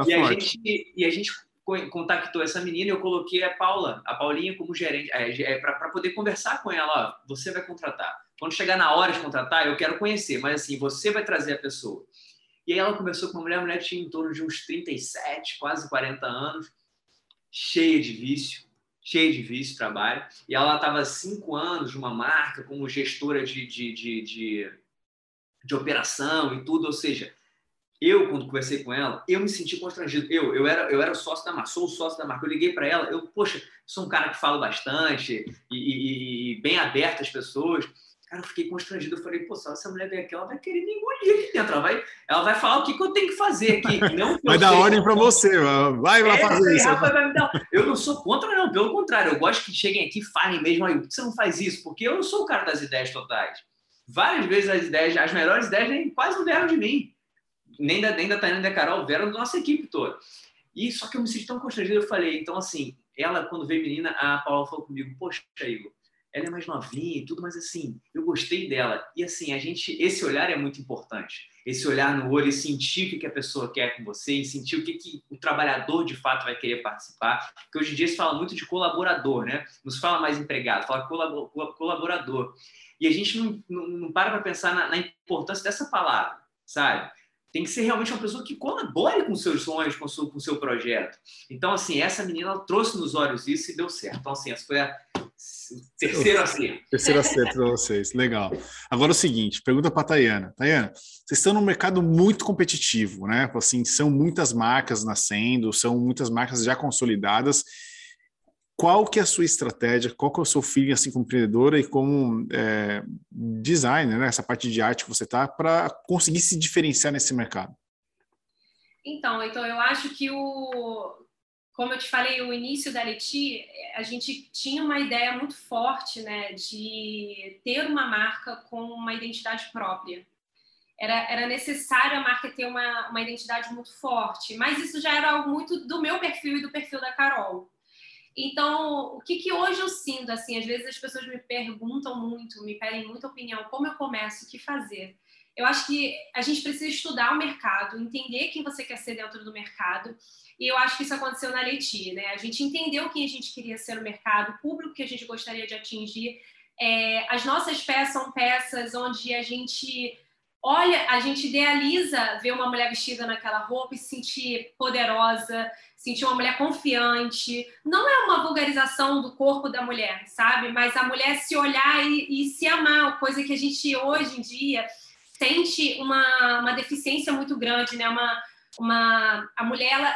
E a gente contactou essa menina e eu coloquei a Paulinha como gerente, para poder conversar com ela. Ó, você vai contratar. Quando chegar na hora de contratar, eu quero conhecer, mas assim, você vai trazer a pessoa. E aí ela começou com uma mulher, a mulher tinha em torno de uns 37, quase 40 anos, cheia de vício trabalho. E ela estava há 5 anos numa marca como gestora de operação e tudo, ou seja, quando conversei com ela, eu me senti constrangido. Eu era sócio da marca, sou o sócio da marca. Eu liguei para ela, poxa, sou um cara que fala bastante e bem aberto às pessoas. Cara, eu fiquei constrangido. Eu falei, pô, se essa mulher vier aqui, ela vai querer me engolir aqui dentro. Ela vai falar o que eu tenho que fazer aqui. Não
vai dar ordem para você. Vai lá fazer isso.
Eu não sou contra, não. Pelo contrário, eu gosto que cheguem aqui e falem mesmo. Aí, por que você não faz isso? Porque eu não sou o cara das ideias totais. Várias vezes as melhores ideias quase não vieram de mim. Nem da Tayana e da Carol, vieram da nossa equipe toda. E só que eu me senti tão constrangido, eu falei, então assim, ela quando veio menina, a Paula falou comigo, poxa, Igor, ela é mais novinha e tudo, mas assim, eu gostei dela. E assim, esse olhar é muito importante. Esse olhar no olho e sentir o que a pessoa quer com você e sentir o que o trabalhador de fato vai querer participar. Porque hoje em dia se fala muito de colaborador, né? Não se fala mais empregado, fala colaborador. E a gente não para pensar na importância dessa palavra, sabe? Tem que ser realmente uma pessoa que colabore com seus sonhos, com o seu projeto. Então, assim, essa menina ela trouxe nos olhos isso e deu certo. Então, assim, essa foi a terceira acerto.
Terceiro acerto para vocês. Legal. Agora, o seguinte, pergunta para a Tayana. Tayana, vocês estão num mercado muito competitivo, né? Assim, são muitas marcas nascendo, são muitas marcas já consolidadas. qual que é a sua estratégia, qual que é o seu feeling assim, como empreendedora e como designer, né? Essa parte de arte que você está, para conseguir se diferenciar nesse mercado?
Então, eu acho que como eu te falei, o início da Leti, a gente tinha uma ideia muito forte, né, de ter uma marca com uma identidade própria. Era necessário a marca ter uma identidade muito forte, mas isso já era algo muito do meu perfil e do perfil da Carol. Então, o que hoje eu sinto, assim, às vezes as pessoas me perguntam muito, me pedem muita opinião, como eu começo, o que fazer? Eu acho que a gente precisa estudar o mercado, entender quem você quer ser dentro do mercado, e eu acho que isso aconteceu na Leti, né? A gente entendeu quem a gente queria ser no mercado, o público que a gente gostaria de atingir. As nossas peças são peças onde a gente olha, a gente idealiza ver uma mulher vestida naquela roupa e se sentir poderosa, sentir uma mulher confiante. Não é uma vulgarização do corpo da mulher, sabe? Mas a mulher se olhar e se amar, coisa que a gente hoje em dia sente uma deficiência muito grande, né? A mulher, ela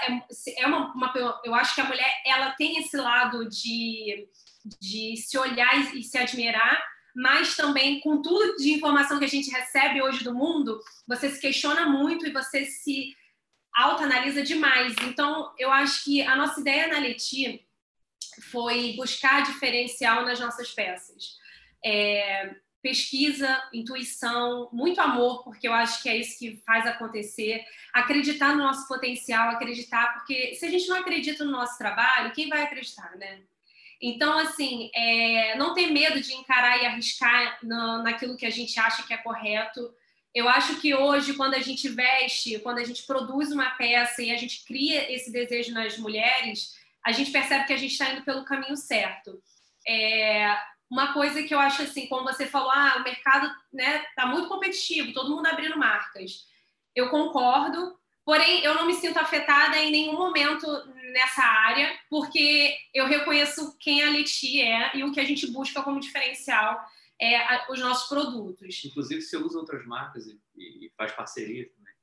eu acho que a mulher, ela tem esse lado de se olhar e se admirar, mas também com tudo de informação que a gente recebe hoje do mundo, você se questiona muito e você se autoanalisa demais. Então, eu acho que a nossa ideia na Leti foi buscar diferencial nas nossas peças. Pesquisa, intuição, muito amor, porque eu acho que é isso que faz acontecer. Acreditar no nosso potencial, acreditar, porque se a gente não acredita no nosso trabalho, quem vai acreditar, né? Então, assim, não ter medo de encarar e arriscar naquilo que a gente acha que é correto. Eu acho que hoje, quando a gente veste, quando a gente produz uma peça e a gente cria esse desejo nas mulheres, a gente percebe que a gente está indo pelo caminho certo. Uma coisa que eu acho assim, como você falou, o mercado, né, tá muito competitivo, todo mundo abrindo marcas. Eu concordo, porém eu não me sinto afetada em nenhum momento nessa área, porque eu reconheço quem a Leti e o que a gente busca como diferencial os nossos produtos.
Inclusive, você usa outras marcas e faz parceria também.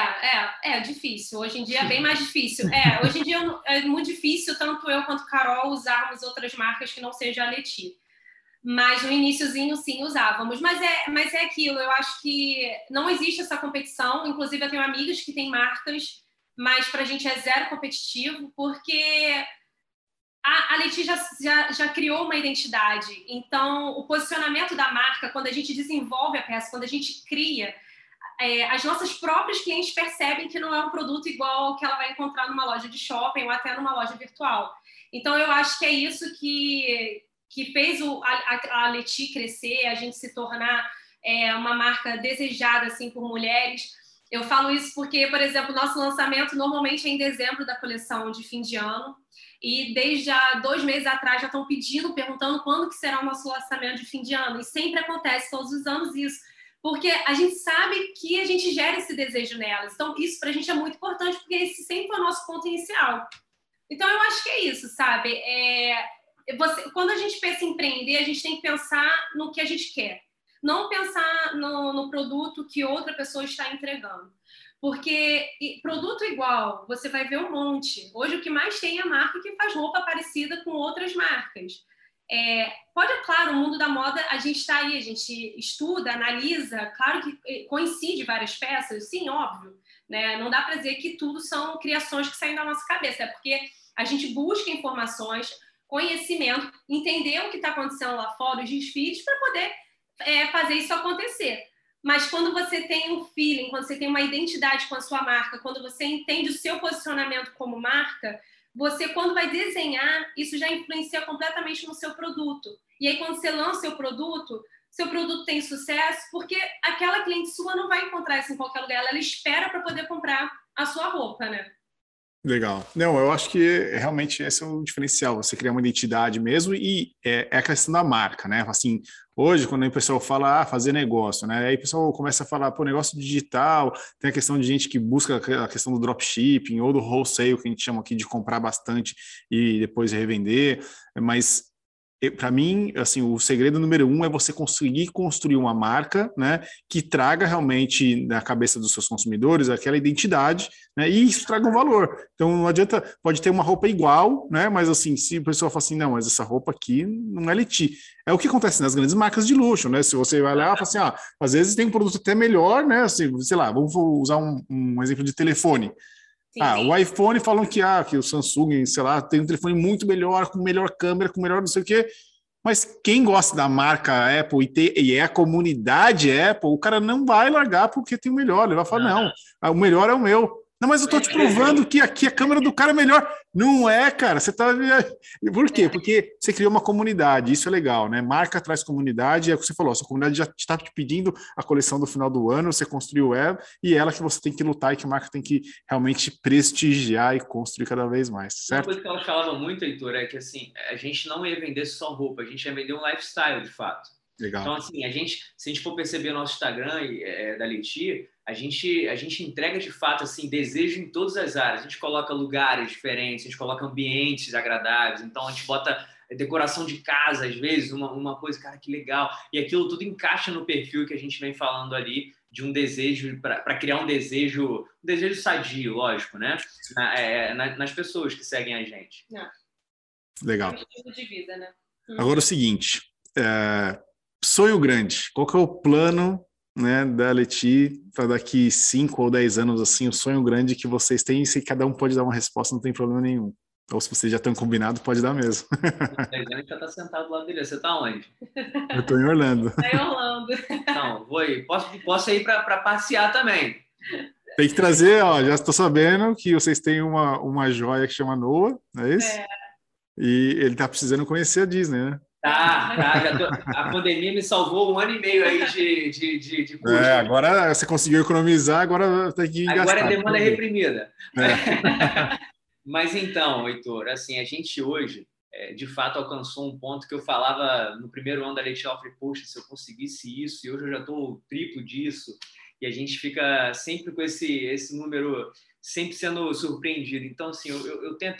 É difícil. Hoje em dia é bem mais difícil. Hoje em dia é muito difícil, tanto eu quanto Carol, usarmos outras marcas que não seja a Leti. Mas no iniciozinho, sim, usávamos. Mas é aquilo, eu acho que não existe essa competição. Inclusive, eu tenho amigas que têm marcas, mas para a gente é zero competitivo, porque a Leti já criou uma identidade. Então, o posicionamento da marca, quando a gente desenvolve a peça, quando a gente cria, as nossas próprias clientes percebem que não é um produto igual que ela vai encontrar numa loja de shopping ou até numa loja virtual. Então, eu acho que é isso que fez a Leti crescer, a gente se tornar uma marca desejada assim, por mulheres. Eu falo isso porque, por exemplo, nosso lançamento normalmente é em dezembro da coleção de fim de ano, e desde há 2 meses atrás já estão perguntando quando que será o nosso lançamento de fim de ano, e sempre acontece todos os anos isso, porque a gente sabe que a gente gera esse desejo nelas. Então, isso para a gente é muito importante, porque esse sempre foi o nosso ponto inicial. Então, eu acho que é isso, sabe? Quando a gente pensa em empreender, a gente tem que pensar no que a gente quer. Não pensar no produto que outra pessoa está entregando. Porque produto igual, você vai ver um monte. Hoje, o que mais tem é a marca que faz roupa parecida com outras marcas. Claro, o mundo da moda, a gente está aí, a gente estuda, analisa. Claro que coincide várias peças, sim, óbvio. Né? Não dá para dizer que tudo são criações que saem da nossa cabeça. É porque a gente busca informações, conhecimento, entender o que está acontecendo lá fora, os desfiles, para poder fazer isso acontecer. Mas quando você tem um feeling, quando você tem uma identidade com a sua marca, quando você entende o seu posicionamento como marca, você, quando vai desenhar, isso já influencia completamente no seu produto. E aí, quando você lança seu produto tem sucesso, porque aquela cliente sua não vai encontrar isso em qualquer lugar, ela espera para poder comprar a sua roupa, né?
Legal. Não, eu acho que realmente esse é o diferencial, você criar uma identidade mesmo e a questão da marca, né? Assim, hoje, quando o pessoal fala fazer negócio, né? Aí o pessoal começa a falar, negócio digital, tem a questão de gente que busca a questão do dropshipping ou do wholesale, que a gente chama aqui de comprar bastante e depois revender, mas para mim, assim, o segredo número um é você conseguir construir uma marca, né, que traga realmente na cabeça dos seus consumidores aquela identidade, né, e isso traga um valor. Então não adianta, pode ter uma roupa igual, né, mas assim, se o pessoal fala assim, não, mas essa roupa aqui não é Leti. É o que acontece nas grandes marcas de luxo, né? Se você vai lá e fala assim, às vezes tem um produto até melhor, né? Assim, sei lá, vamos usar um exemplo de telefone.
Sim.
O iPhone falam que o Samsung, sei lá, tem um telefone muito melhor, com melhor câmera, com melhor não sei o quê. Mas quem gosta da marca Apple e é a comunidade Apple, o cara não vai largar porque tem o melhor. Ele vai falar, não, o melhor é o meu. Não, mas eu tô te provando que aqui a câmera do cara é melhor. Não é, cara. Você tá. Por quê? Porque você criou uma comunidade. Isso é legal, né? Marca traz comunidade. É o que você falou. A sua comunidade já está te pedindo a coleção do final do ano. Você construiu ela e ela que você tem que lutar e que a marca tem que realmente prestigiar e construir cada vez mais, certo?
Uma coisa que ela falava muito, Heitor, é que assim, a gente não ia vender só roupa, a gente ia vender um lifestyle, de fato.
Legal.
Então, assim, se a gente for perceber o nosso Instagram da Leti, a gente entrega, de fato, assim, desejo em todas as áreas. A gente coloca lugares diferentes, a gente coloca ambientes agradáveis. Então, a gente bota decoração de casa, às vezes, uma coisa, cara, que legal. E aquilo tudo encaixa no perfil que a gente vem falando ali, de um desejo, para criar um desejo sadio, lógico, né? Nas pessoas que seguem a gente.
Legal.
É um estilo de vida, né?
Agora é o seguinte, sonho grande. Qual que é o plano, né, da Leti para daqui 5 ou 10 anos, assim, o sonho grande que vocês têm? E se cada um pode dar uma resposta, não tem problema nenhum. Ou se vocês já estão combinados, pode dar mesmo.
A gente já está sentado do lado dele. Você está onde?
Eu estou em Orlando.
Está em Orlando.
Não, vou ir. Posso ir para passear também.
Tem que trazer, ó, já estou sabendo que vocês têm uma joia que chama Noah, não é isso? E ele está precisando conhecer a Disney, né?
A pandemia me salvou 1 ano e meio aí de custo.
Agora você conseguiu economizar, agora tem que gastar.
Agora a demanda é reprimida. Mas então, Heitor, assim, a gente hoje, de fato, alcançou um ponto que eu falava no primeiro ano da Leti. Eu falei, poxa, se eu conseguisse isso, e hoje eu já estou o triplo disso, e a gente fica sempre com esse número, sempre sendo surpreendido. Então, assim, eu tenho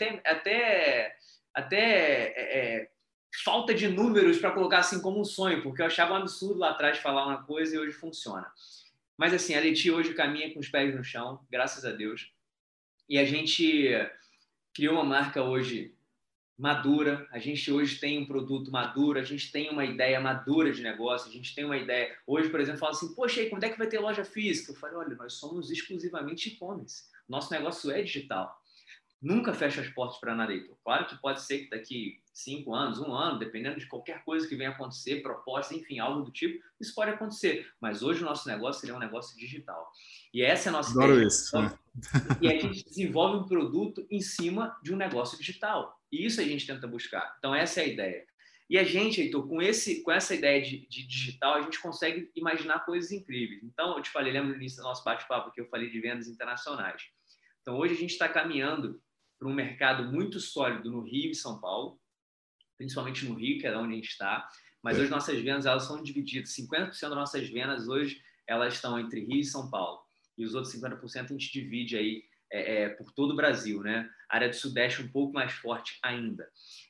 até falta de números para colocar assim como um sonho, porque eu achava um absurdo lá atrás falar uma coisa e hoje funciona. Mas assim, a Leti hoje caminha com os pés no chão, graças a Deus. E a gente criou uma marca hoje madura, a gente hoje tem um produto maduro, a gente tem uma ideia madura de negócio, a gente tem uma ideia... Hoje, por exemplo, fala assim, poxa, aí, quando é que vai ter loja física? Eu falei, olha, nós somos exclusivamente e-commerce. Nosso negócio é digital. Nunca fecha as portas para nada, Heitor. Claro que pode ser que daqui 5 anos, 1 ano, dependendo de qualquer coisa que venha acontecer, proposta, enfim, algo do tipo, isso pode acontecer. Mas hoje o nosso negócio é um negócio digital. E essa é a nossa
Adoro
ideia.
Isso, né?
E a gente desenvolve um produto em cima de um negócio digital. E isso a gente tenta buscar. Então, essa é a ideia. E a gente, Heitor, com essa ideia de digital, a gente consegue imaginar coisas incríveis. Então, eu te falei, lembra no início do nosso bate-papo que eu falei de vendas internacionais. Então, hoje a gente está caminhando para um mercado muito sólido no Rio e São Paulo, principalmente no Rio, que é onde a gente está. Mas hoje nossas vendas elas são divididas. 50% das nossas vendas hoje elas estão entre Rio e São Paulo. E os outros 50% a gente divide aí por todo o Brasil, né? A área do Sudeste um pouco mais forte ainda.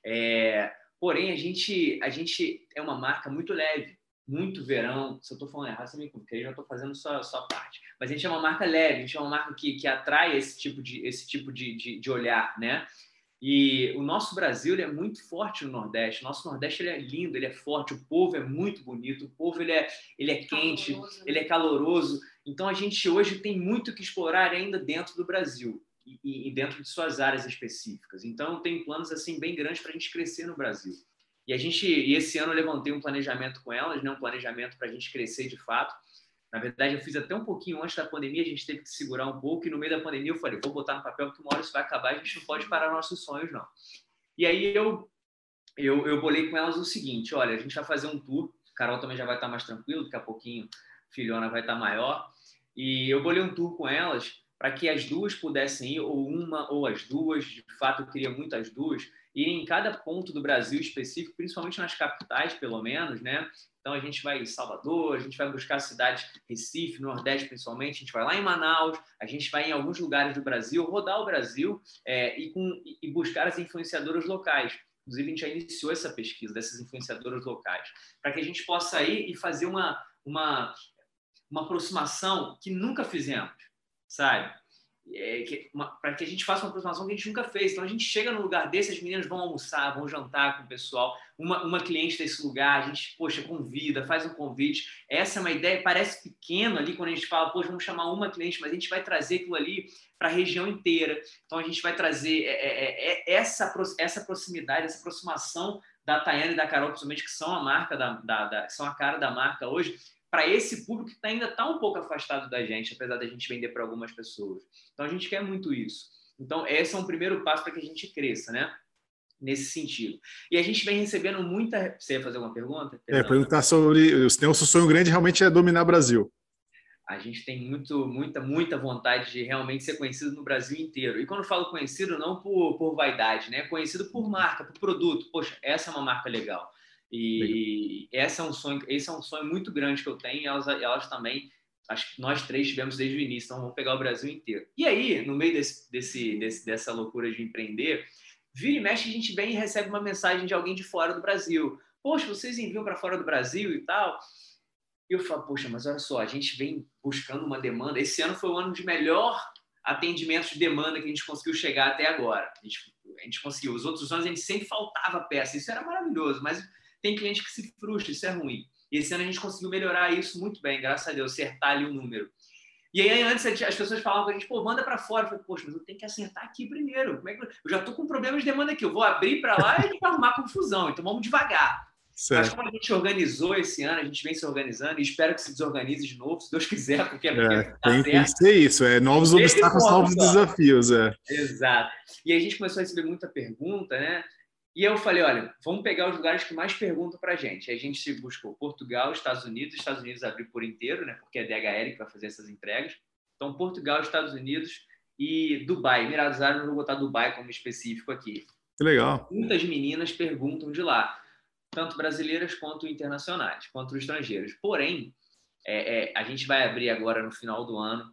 Porém, a gente é uma marca muito leve, muito verão. Se eu estou falando errado, você me conta, porque aí já estou fazendo só a parte. Mas a gente é uma marca leve, a gente é uma marca que atrai esse tipo de olhar, né? E o nosso Brasil ele é muito forte no Nordeste. O nosso Nordeste ele é lindo, ele é forte, o povo é muito bonito, o povo ele é quente, caloroso, né? Ele é caloroso. Então, a gente hoje tem muito que explorar ainda dentro do Brasil e dentro de suas áreas específicas. Então, tem planos assim bem grandes para a gente crescer no Brasil. E esse ano eu levantei um planejamento com elas, né? Um planejamento para a gente crescer de fato. Na verdade, eu fiz até um pouquinho antes da pandemia, a gente teve que segurar um pouco, e no meio da pandemia eu falei, vou botar no papel que uma hora isso vai acabar e a gente não pode parar nossos sonhos, não. E aí eu bolei com elas o seguinte, olha, a gente vai fazer um tour, Carol também já vai estar mais tranquilo, daqui a pouquinho filhona vai estar maior, e eu bolei um tour com elas para que as duas pudessem ir, ou uma ou as duas, de fato eu queria muito as duas, irem em cada ponto do Brasil específico, principalmente nas capitais, pelo menos, né? Então, a gente vai em Salvador, a gente vai buscar cidades, Recife, Nordeste principalmente, a gente vai lá em Manaus, a gente vai em alguns lugares do Brasil, rodar o Brasil e buscar as influenciadoras locais. inclusive a gente já iniciou essa pesquisa dessas influenciadoras locais, para que a gente possa ir e fazer uma aproximação que nunca fizemos, sabe? Para que a gente faça uma aproximação que a gente nunca fez. Então, a gente chega num lugar desse, as meninas vão almoçar, vão jantar com o pessoal, uma cliente desse lugar, a gente, poxa, convida, faz um convite. Essa é uma ideia, parece pequeno ali, quando a gente fala, poxa, vamos chamar uma cliente, mas a gente vai trazer aquilo ali para a região inteira. Então, a gente vai trazer essa proximidade, essa aproximação da Tayane e da Carol, principalmente, que são a marca que são a cara da marca hoje, para esse público que ainda está um pouco afastado da gente, apesar da gente vender para algumas pessoas. Então, a gente quer muito isso. Então, esse é um primeiro passo para que a gente cresça, né? Nesse sentido. E a gente vem recebendo muita... Você ia fazer alguma pergunta?
Perguntar sobre... O nosso sonho grande realmente é dominar o Brasil.
A gente tem muita vontade de realmente ser conhecido no Brasil inteiro. E quando eu falo conhecido, não por vaidade, né? Conhecido por marca, por produto. Poxa, essa é uma marca legal. E esse é um sonho muito grande que eu tenho, e elas também, acho que nós três tivemos desde o início, então vamos pegar o Brasil inteiro. E aí, no meio dessa loucura de empreender, vira e mexe, a gente vem e recebe uma mensagem de alguém de fora do Brasil. Poxa, vocês enviam para fora do Brasil e tal? E eu falo, poxa, mas olha só, a gente vem buscando uma demanda. Esse ano foi o ano de melhor atendimento de demanda que a gente conseguiu chegar até agora. A gente conseguiu. Os outros anos a gente sempre faltava peça, isso era maravilhoso, mas tem cliente que se frustra, isso é ruim. E esse ano a gente conseguiu melhorar isso muito bem, graças a Deus, acertar ali o número. E aí antes as pessoas falavam com a gente, pô, manda para fora. Eu falei, poxa, mas eu tenho que acertar aqui primeiro. Como é que eu já estou com problemas de demanda aqui, eu vou abrir para lá e a gente vai arrumar confusão, então vamos devagar. Mas como a gente organizou esse ano, a gente vem se organizando e espero que se desorganize de novo, se Deus quiser, porque
tem que ser isso, novos obstáculos, novos desafios.
Exato. E a gente começou a receber muita pergunta, né? E eu falei, olha, vamos pegar os lugares que mais perguntam para a gente. Aí a gente buscou Portugal, Estados Unidos abriu por inteiro, né? Porque é a DHL que vai fazer essas entregas. Então, Portugal, Estados Unidos e Dubai. Emirados Árabes, não vou botar Dubai como específico aqui.
Que legal.
Muitas meninas perguntam de lá, tanto brasileiras quanto internacionais, quanto estrangeiros. Porém, a gente vai abrir agora no final do ano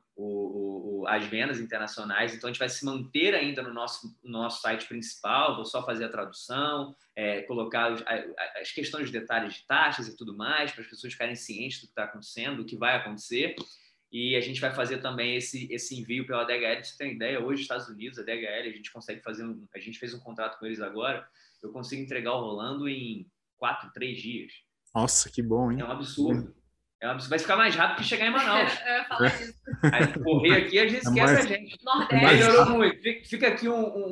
as vendas internacionais, então a gente vai se manter ainda no nosso site principal, vou só fazer a tradução, colocar as questões de detalhes de taxas e tudo mais, para as pessoas ficarem cientes do que está acontecendo, do que vai acontecer. E a gente vai fazer também esse envio pela DHL. Você tem ideia? Hoje, Estados Unidos, a DHL, a gente consegue fazer a gente fez um contrato com eles agora, eu consigo entregar o Rolando em 3 dias.
Nossa, que bom, hein?
É um absurdo. Vai ficar mais rápido que chegar em Manaus.
Eu ia falar isso.
Aí correr aqui, a gente esquece a gente.
Nordeste.
Melhorou muito. Fica aqui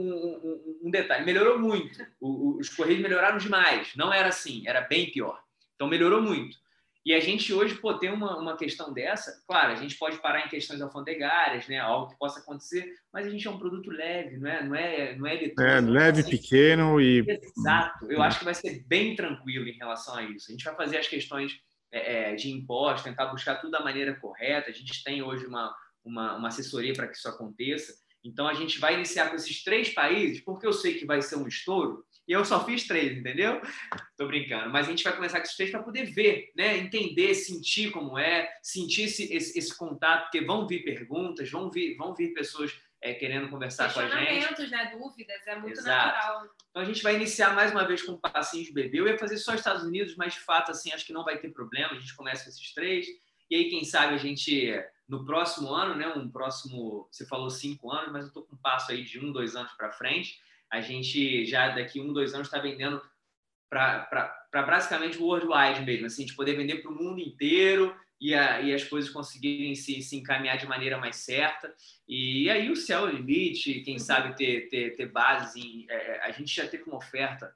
um detalhe. Melhorou muito. Os Correios melhoraram demais. Não era assim, era bem pior. Então, melhorou muito. E a gente hoje, tem uma questão dessa. Claro, a gente pode parar em questões alfandegárias, né? Algo que possa acontecer, mas a gente é um produto leve, não é eletrônico.
Leve, assim, pequeno e...
Exato. Eu acho que vai ser bem tranquilo em relação a isso. A gente vai fazer as questões de impostos, tentar buscar tudo da maneira correta. A gente tem hoje uma assessoria para que isso aconteça. Então, a gente vai iniciar com esses 3 países, porque eu sei que vai ser um estouro, e eu só fiz 3, entendeu? Tô brincando. Mas a gente vai começar com esses 3 para poder ver, né? Entender, sentir como sentir esse contato, porque vão vir perguntas, vão vir pessoas querendo conversar com a gente.
Questionamentos, né? Dúvidas, é muito
Exato.
Natural.
Então, a gente vai iniciar mais uma vez com um passinho de bebê. Eu ia fazer só Estados Unidos, mas, de fato, assim, acho que não vai ter problema. A gente começa com esses 3. E aí, quem sabe, a gente, no próximo ano, né? Você falou 5 anos, mas eu estou com um passo aí de 1, 2 anos para frente. A gente já, daqui 1, 2 anos, está vendendo para basicamente o worldwide mesmo. Assim, de poder vender para o mundo inteiro e as coisas conseguirem se encaminhar de maneira mais certa. E aí o céu é o limite, quem sabe ter bases em... a gente já teve uma oferta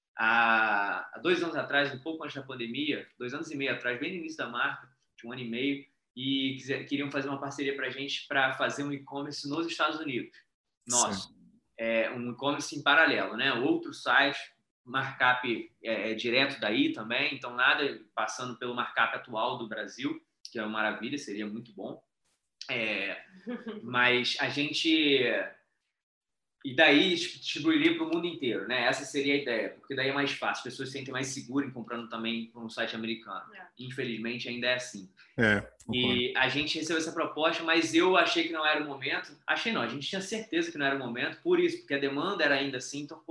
há 2 anos atrás, um pouco antes da pandemia, 2 anos e meio atrás, bem no início da marca, de 1 ano e meio, e queriam fazer uma parceria para a gente para fazer um e-commerce nos Estados Unidos. Nosso. Um e-commerce em paralelo, né? Outro site, markup direto daí também, então nada passando pelo markup atual do Brasil, que é uma maravilha, seria muito bom. Mas a gente... E daí distribuiria para o mundo inteiro, né? Essa seria a ideia, porque daí é mais fácil, as pessoas se sentem mais seguras comprando também por um site americano. Infelizmente, ainda é assim. E a gente recebeu essa proposta, mas eu achei que não era o momento. A gente tinha certeza que não era o momento, por isso, porque a demanda era ainda assim. Então, poxa,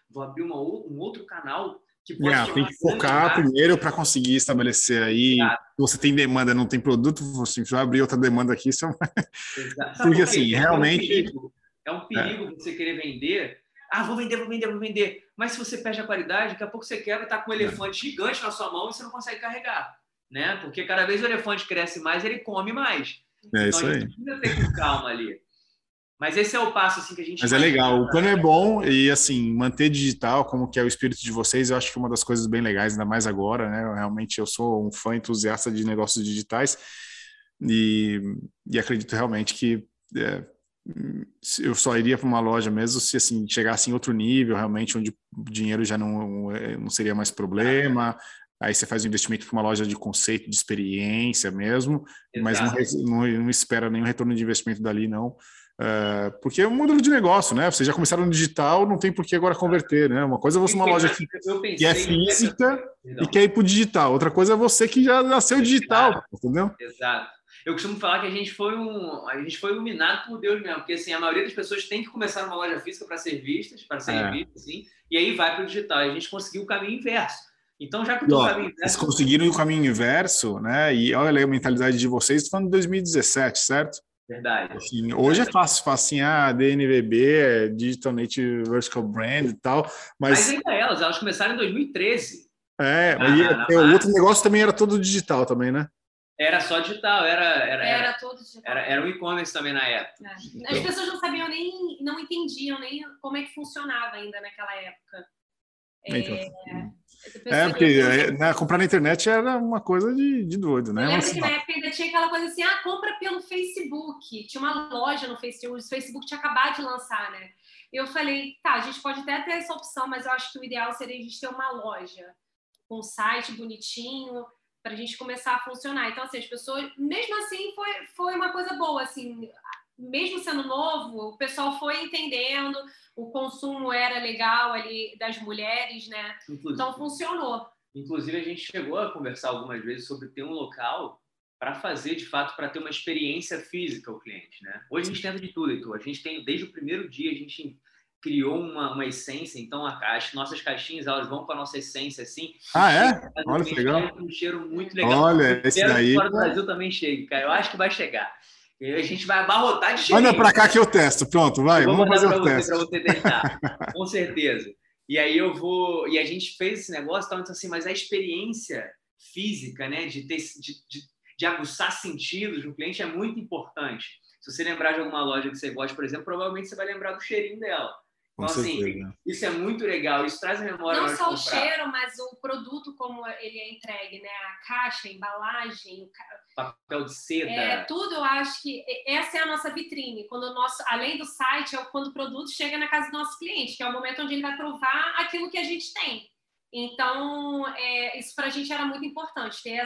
vou abrir um outro canal que pode
Tem que focar primeiro para conseguir estabelecer aí. Se você tem demanda, não tem produto, você vai abrir outra demanda aqui. Isso
porque
assim, realmente...
É um perigo você querer vender. Vou vender. Mas se você perde a qualidade, daqui a pouco você quebra e está com um elefante gigante na sua mão e você não consegue carregar. Né? Porque cada vez o elefante cresce mais, ele come mais.
Então
isso
a
gente precisa ter com calma ali. Mas esse é o passo assim, que a gente...
Mas é legal, o plano é bom e assim, manter digital, como que é o espírito de vocês, eu acho que é uma das coisas bem legais, ainda mais agora, né? Realmente eu sou um fã entusiasta de negócios digitais e acredito realmente que eu só iria para uma loja mesmo se assim, chegasse em outro nível, realmente, onde o dinheiro já não seria mais problema. Aí você faz um investimento para uma loja de conceito, de experiência mesmo, mas não espera nenhum retorno de investimento dali, não. Porque é um modelo de negócio, né? Vocês já começaram no digital, não tem por que agora converter, né? Uma coisa é você uma loja que é física e quer ir para o digital. Outra coisa é você que já nasceu digital, entendeu?
Exato. Eu costumo falar que a gente foi iluminado por Deus mesmo, porque assim, a maioria das pessoas tem que começar numa loja física para ser vistas, assim, e aí vai para o digital. E a gente conseguiu o caminho inverso. Então, já que eu tô no caminho inverso...
Vocês conseguiram o caminho inverso, né? E olha aí a mentalidade de vocês, estou falando de 2017, certo?
Verdade.
Assim, hoje é fácil assim, DNVB, Digital Native Vertical Brand e tal,
mas ainda elas começaram em 2013.
O outro negócio também era todo digital também, né?
Era só digital,
era todo digital.
Era um e-commerce também na época.
As pessoas não sabiam não entendiam nem como é que funcionava ainda naquela época.
Porque comprar na internet era uma coisa de doido, né?
Eu lembro que na época ainda tinha aquela coisa assim, compra pelo Facebook. Tinha uma loja no Facebook, o Facebook tinha acabado de lançar, né? Eu falei, a gente pode até ter essa opção, mas eu acho que o ideal seria a gente ter uma loja com um site bonitinho para a gente começar a funcionar. Então, assim, as pessoas, mesmo assim, foi uma coisa boa, assim, mesmo sendo novo, o pessoal foi entendendo, o consumo era legal ali das mulheres, né? Então, funcionou.
Inclusive, a gente chegou a conversar algumas vezes sobre ter um local para fazer, de fato, para ter uma experiência física ao cliente, né? Hoje a gente tenta de tudo, Heitor. A gente tem, desde o primeiro dia, a gente criou uma essência. Então, as nossas caixinhas, elas vão com a nossa essência, assim.
Olha que legal.
Um cheiro muito legal.
Olha, esse daí...
fora do Brasil também chega, cara. Eu acho que vai chegar. E a gente vai abarrotar de cheiro.
Manda para cá que eu testo. Pronto, vai. Vamos fazer o teste.
Para você testar. Com certeza. E aí E a gente fez esse negócio, então assim, mas a experiência física, né, de aguçar sentidos no cliente é muito importante. Se você lembrar de alguma loja que você gosta, por exemplo, provavelmente você vai lembrar do cheirinho dela. Então, assim, isso é muito legal, isso traz a memória.
Não só o cheiro, mas o produto como ele é entregue, né? A caixa, a embalagem,
papel de seda.
Tudo, eu acho que essa é a nossa vitrine. Quando além do site, é quando o produto chega na casa do nosso cliente, que é o momento onde ele vai provar aquilo que a gente tem. Então, isso para a gente era muito importante, ter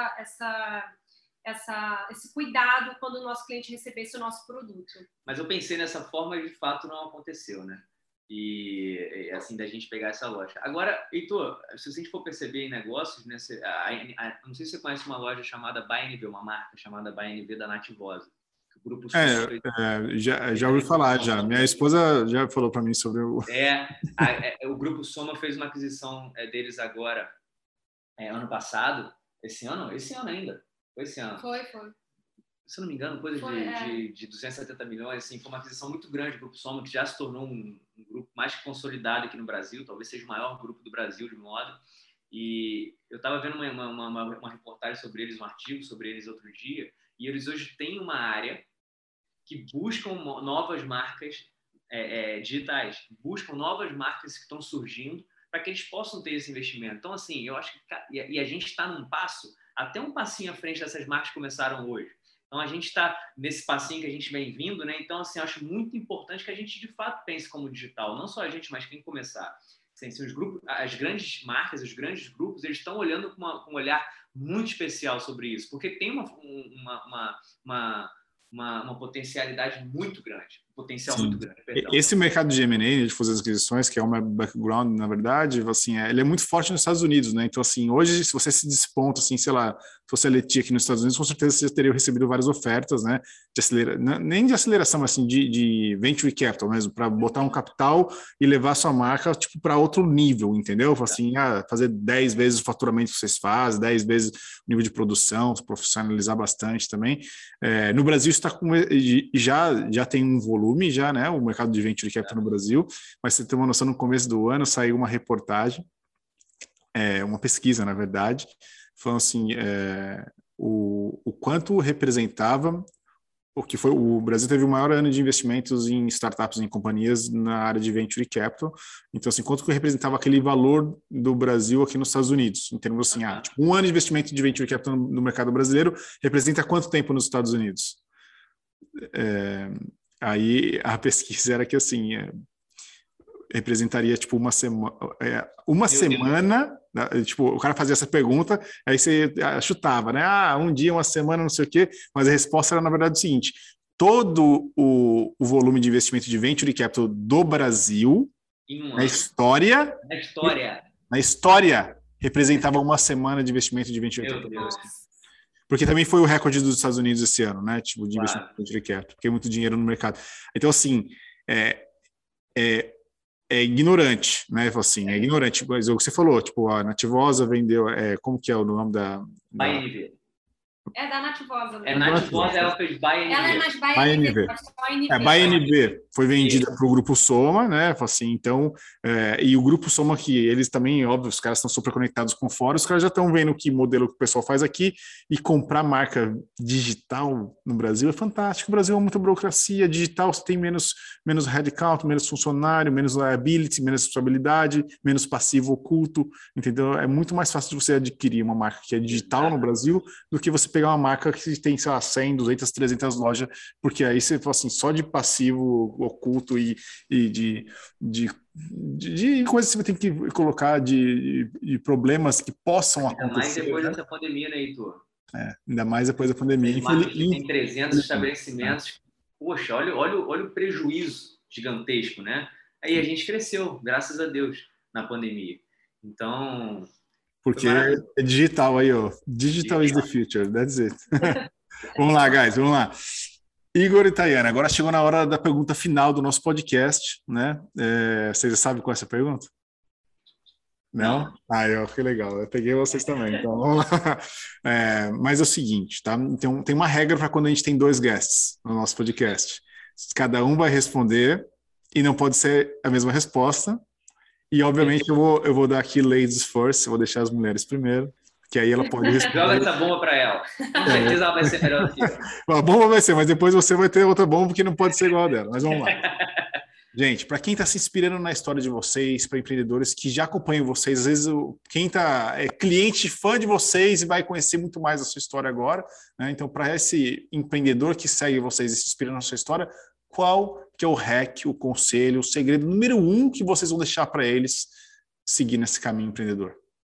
esse cuidado quando o nosso cliente recebesse o nosso produto.
Mas eu pensei nessa forma e de fato não aconteceu, né? E assim, da gente pegar essa loja. Agora, Heitor, se a gente for perceber em negócios, né, não sei se você conhece uma loja chamada ByNV, uma marca chamada ByNV da Nativosa. O grupo
já ouvi falar, já. Minha esposa já falou para mim sobre o...
O Grupo Soma fez uma aquisição deles agora, ano passado. Esse ano ainda. Foi esse ano.
Foi.
Se eu não me engano, coisa de 270 milhões, assim, foi uma aquisição muito grande do Grupo Soma, que já se tornou um grupo mais consolidado aqui no Brasil, talvez seja o maior grupo do Brasil de moda. E eu estava vendo uma reportagem sobre eles, um artigo sobre eles outro dia, e eles hoje têm uma área que buscam novas marcas digitais, buscam novas marcas que estão surgindo para que eles possam ter esse investimento. Então, assim, eu acho que e a gente está num passo, até um passinho à frente dessas marcas que começaram hoje. Então, a gente está nesse passinho que a gente vem vindo, né? Então, assim, eu acho muito importante que a gente, de fato, pense como digital. Não só a gente, mas quem começar. Assim, os grupos, as grandes marcas, os grandes grupos, eles estão olhando com um olhar muito especial sobre isso, porque tem uma potencialidade muito grande. potencial
Sim.
muito grande. Perdão.
Esse mercado de M&A, de fazer as aquisições, que é o meu background, na verdade, assim, ele é muito forte nos Estados Unidos, né? Então, assim, hoje, se você se desponta, assim, sei lá, se você letia aqui nos Estados Unidos, com certeza você teria recebido várias ofertas, né? Nem de aceleração, mas assim, de venture capital mesmo, para botar um capital e levar a sua marca, tipo, para outro nível, entendeu? Assim, fazer 10 vezes o faturamento que vocês fazem, 10 vezes o nível de produção, se profissionalizar bastante também. No Brasil, está já tem um volume, já, né? O mercado de venture capital no Brasil, mas você tem uma noção, no começo do ano saiu uma reportagem, uma pesquisa, na verdade, falando assim, o quanto representava, o Brasil teve o maior ano de investimentos em startups, em companhias na área de venture capital. Então, assim, quanto que representava aquele valor do Brasil aqui nos Estados Unidos? Em termos assim, tipo, um ano de investimento de venture capital no mercado brasileiro representa quanto tempo nos Estados Unidos? Aí a pesquisa era que assim representaria tipo uma semana, tipo, o cara fazia essa pergunta, aí você chutava, né? Um dia, uma semana, não sei o quê, mas a resposta era na verdade o seguinte: todo o volume de investimento de venture capital do Brasil na história representava uma semana de investimento de venture capital. Porque também foi o recorde dos Estados Unidos esse ano, né? Tipo, de investimento de venture capital, porque é muito dinheiro no mercado. Então, assim, é ignorante, né? Assim, é ignorante. Mas o que você falou, tipo, a Nativosa vendeu, como que é o nome da...
BuyNV. É da Nativosa.
Nativosa, ela fez BuyNV.
Ela é mais BuyNV.
BuyNV foi vendida para o Grupo Soma, né? Assim, então, e o Grupo Soma, que eles também, óbvio, os caras estão super conectados com fora, os caras já estão vendo que modelo que o pessoal faz aqui, e comprar marca digital no Brasil é fantástico. O Brasil é muita burocracia, digital você tem menos headcount, menos funcionário, menos liability, menos responsabilidade, menos passivo oculto, entendeu? É muito mais fácil de você adquirir uma marca que é digital no Brasil do que você pegar uma marca que tem, sei lá, 100, 200, 300 lojas, porque aí você fala assim, só de passivo oculto e de coisas que você tem que colocar, de problemas que possam acontecer.
Ainda mais depois dessa pandemia, né, Heitor?
Ainda mais depois da pandemia.
Tem 300 estabelecimentos. Poxa, olha o prejuízo gigantesco, né? Aí a gente cresceu, graças a Deus, na pandemia. Então...
Porque é digital aí, ó. Digital is the future, that's it. Vamos lá, guys, vamos lá. Igor e Tayana, agora chegou na hora da pergunta final do nosso podcast, né? Vocês já sabem qual é essa pergunta? Não? Que legal, eu peguei vocês também, então vamos lá. Mas é o seguinte, tá? Então, tem uma regra para quando a gente tem 2 guests no nosso podcast. Cada um vai responder e não pode ser a mesma resposta. E, obviamente, eu vou dar aqui ladies first, eu vou deixar as mulheres primeiro, que aí ela pode responder.
Joga essa bomba para ela. Com certeza ela vai ser melhor do que eu.
A bomba vai ser, mas depois você vai ter outra bomba que não pode ser igual a dela. Mas vamos lá. Gente, para quem está se inspirando na história de vocês, para empreendedores que já acompanham vocês, às vezes quem é cliente, fã de vocês e vai conhecer muito mais a sua história agora, né? Então, para esse empreendedor que segue vocês e se inspira na sua história, qual que é o hack, o conselho, o segredo número 1 que vocês vão deixar para eles seguir nesse caminho empreendedor?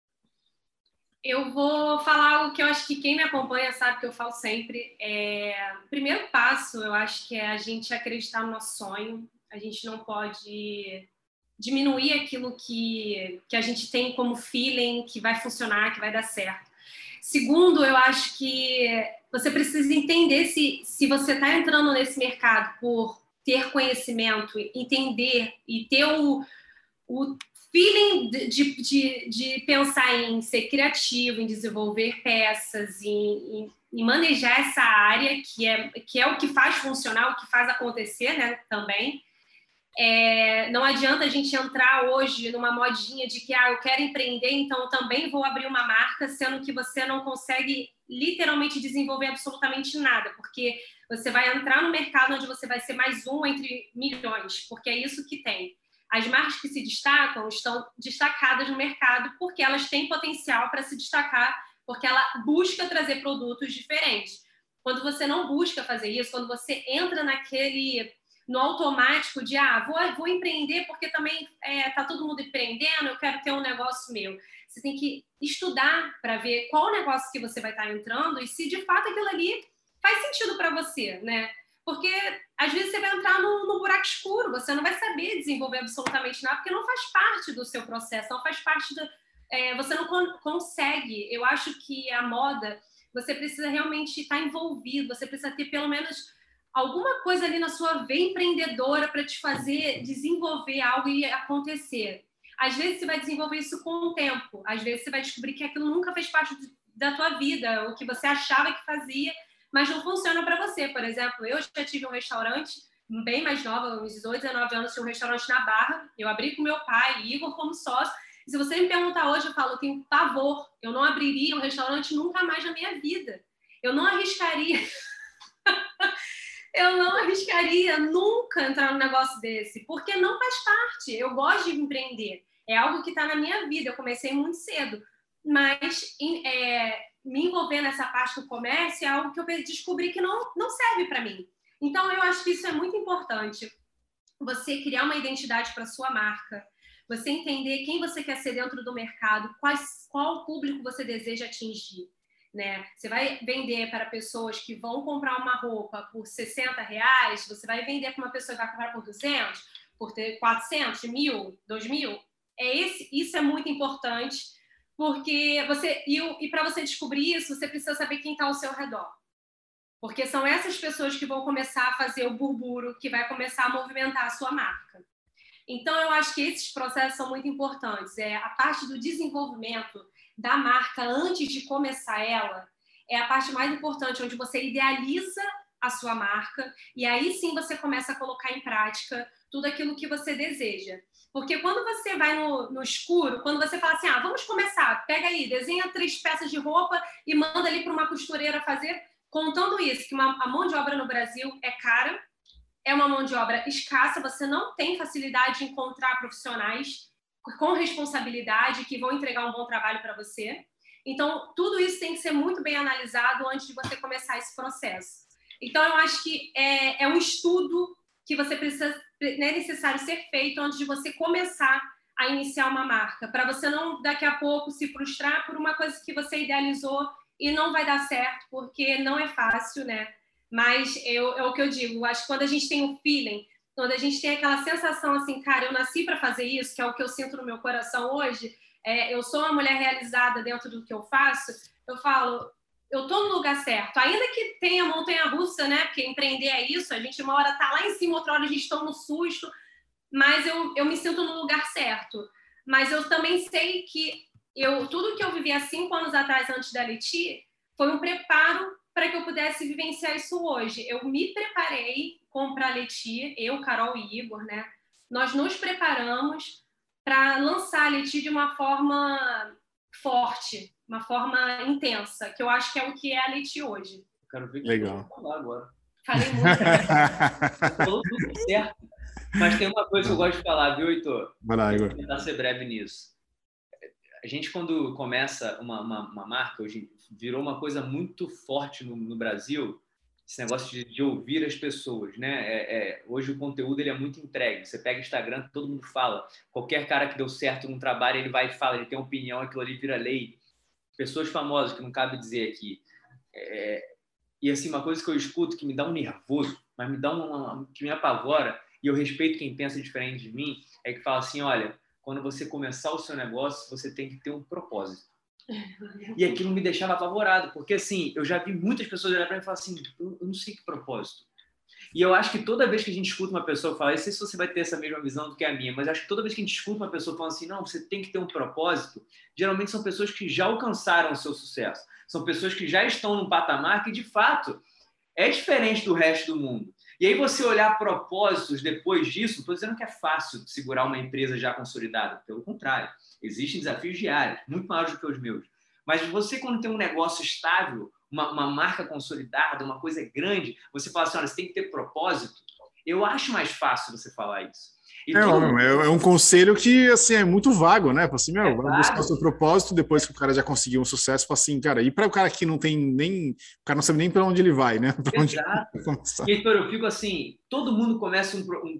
Eu vou falar algo que eu acho que quem me acompanha sabe que eu falo sempre. O primeiro passo, eu acho que é a gente acreditar no nosso sonho. A gente não pode diminuir aquilo que a gente tem como feeling, que vai funcionar, que vai dar certo. Segundo, eu acho que você precisa entender se você está entrando nesse mercado por ter conhecimento, entender e ter o feeling de pensar em ser criativo, em desenvolver peças, em manejar essa área que é o que faz funcionar, o que faz acontecer, né, também. Não adianta a gente entrar hoje numa modinha de que eu quero empreender, então eu também vou abrir uma marca, sendo que você não consegue literalmente desenvolver absolutamente nada, porque você vai entrar no mercado onde você vai ser mais um entre milhões, porque é isso que tem. As marcas que se destacam estão destacadas no mercado porque elas têm potencial para se destacar, porque ela busca trazer produtos diferentes. Quando você não busca fazer isso, quando você entra no automático de vou empreender porque também tá todo mundo empreendendo, eu quero ter um negócio meu. Você tem que estudar para ver qual negócio que você vai estar entrando e se de fato aquilo ali faz sentido para você, né? Porque às vezes você vai entrar no buraco escuro, você não vai saber desenvolver absolutamente nada, porque não faz parte do seu processo, não faz parte você não consegue. Eu acho que a moda, você precisa realmente estar envolvido, você precisa ter pelo menos alguma coisa ali na sua veia empreendedora para te fazer desenvolver algo e acontecer. Às vezes você vai desenvolver isso com o tempo, às vezes você vai descobrir que aquilo nunca fez parte da tua vida, o que você achava que fazia, mas não funciona para você. Por exemplo, eu já tive um restaurante bem mais nova, uns 18, 19 anos, tinha um restaurante na Barra, eu abri com meu pai, Igor, como sócio. E se você me perguntar hoje, eu falo, eu tenho pavor, eu não abriria um restaurante nunca mais na minha vida. Eu não arriscaria... Eu não arriscaria nunca entrar num negócio desse, porque não faz parte. Eu gosto de empreender. É algo que está na minha vida. Eu comecei muito cedo. Mas me envolver nessa parte do comércio é algo que eu descobri que não serve para mim. Então, eu acho que isso é muito importante. Você criar uma identidade para a sua marca. Você entender quem você quer ser dentro do mercado. Qual público você deseja atingir. Né? Você vai vender para pessoas que vão comprar uma roupa por R$60, você vai vender para uma pessoa que vai comprar por 200, por 400, 1.000, 2.000. Isso é muito importante, porque para você descobrir isso, você precisa saber quem está ao seu redor. Porque são essas pessoas que vão começar a fazer o burburo, que vai começar a movimentar a sua marca. Então, eu acho que esses processos são muito importantes. A parte do desenvolvimento da marca antes de começar ela é a parte mais importante, onde você idealiza a sua marca e aí sim você começa a colocar em prática tudo aquilo que você deseja. Porque quando você vai no escuro, quando você fala assim, vamos começar, pega aí, desenha 3 peças de roupa e manda ali para uma costureira fazer, contando isso, que a mão de obra no Brasil é cara, é uma mão de obra escassa, você não tem facilidade de encontrar profissionais com responsabilidade que vão entregar um bom trabalho para você. Então, tudo isso tem que ser muito bem analisado antes de você começar esse processo. Então, eu acho que é um estudo que você precisa, é necessário ser feito antes de você começar a iniciar uma marca, para você não, daqui a pouco, se frustrar por uma coisa que você idealizou e não vai dar certo, porque não é fácil, né? Mas é o que eu digo, acho que quando a gente tem um feeling, quando a gente tem aquela sensação assim, cara, eu nasci para fazer isso, que é o que eu sinto no meu coração hoje, eu sou uma mulher realizada dentro do que eu faço, eu falo, eu tô no lugar certo. Ainda que tenha montanha-russa, né? Porque empreender é isso, a gente uma hora tá lá em cima, outra hora a gente tá no susto, mas eu me sinto no lugar certo. Mas eu também sei que tudo que eu vivi há 5 anos atrás, antes da Leti, foi um preparo para que eu pudesse vivenciar isso hoje. Eu me preparei para a Leti, eu, Carol e Igor, né? Nós nos preparamos para lançar a Leti de uma forma forte, uma forma intensa, que eu acho que é o que é a Leti hoje.
Eu quero ver o que
Legal.
eu vou falar agora.
Falei muito.
Falou tudo certo. Mas tem uma coisa que eu gosto de falar, viu, Heitor?
Vai lá, Igor.
Vou tentar ser breve nisso. A gente, quando começa uma marca, hoje virou uma coisa muito forte no Brasil, esse negócio de ouvir as pessoas, né? Hoje o conteúdo ele é muito entregue. Você pega Instagram, todo mundo fala. Qualquer cara que deu certo num trabalho, ele vai e fala, ele tem opinião, aquilo ali vira lei. Pessoas famosas, que não cabe dizer aqui. E assim, uma coisa que eu escuto que me dá um nervoso, mas me dá que me apavora, e eu respeito quem pensa diferente de mim, é que fala assim, olha, quando você começar o seu negócio, você tem que ter um propósito. E aquilo me deixava apavorado, porque assim, eu já vi muitas pessoas olhar para mim e falar assim, eu não sei que propósito. E eu acho que toda vez que a gente escuta uma pessoa falar, eu não sei se você vai ter essa mesma visão do que a minha, mas acho que toda vez que a gente escuta uma pessoa falando assim, não, você tem que ter um propósito, geralmente são pessoas que já alcançaram o seu sucesso. São pessoas que já estão num patamar que, de fato, é diferente do resto do mundo. E aí você olhar propósitos depois disso, não estou dizendo que é fácil segurar uma empresa já consolidada, pelo contrário, existem desafios diários, muito maiores do que os meus. Mas você, quando tem um negócio estável, uma marca consolidada, uma coisa grande, você fala assim, olha, você tem que ter propósito. Eu acho mais fácil você falar isso.
É um conselho que assim, é muito vago, né? Assim, vai
vago.
Buscar o seu propósito, depois que o cara já conseguiu um sucesso, fala assim, cara, e para o cara que não tem nem... O cara não sabe nem para onde ele vai, né?
Exato. E aí, eu fico assim, todo mundo começa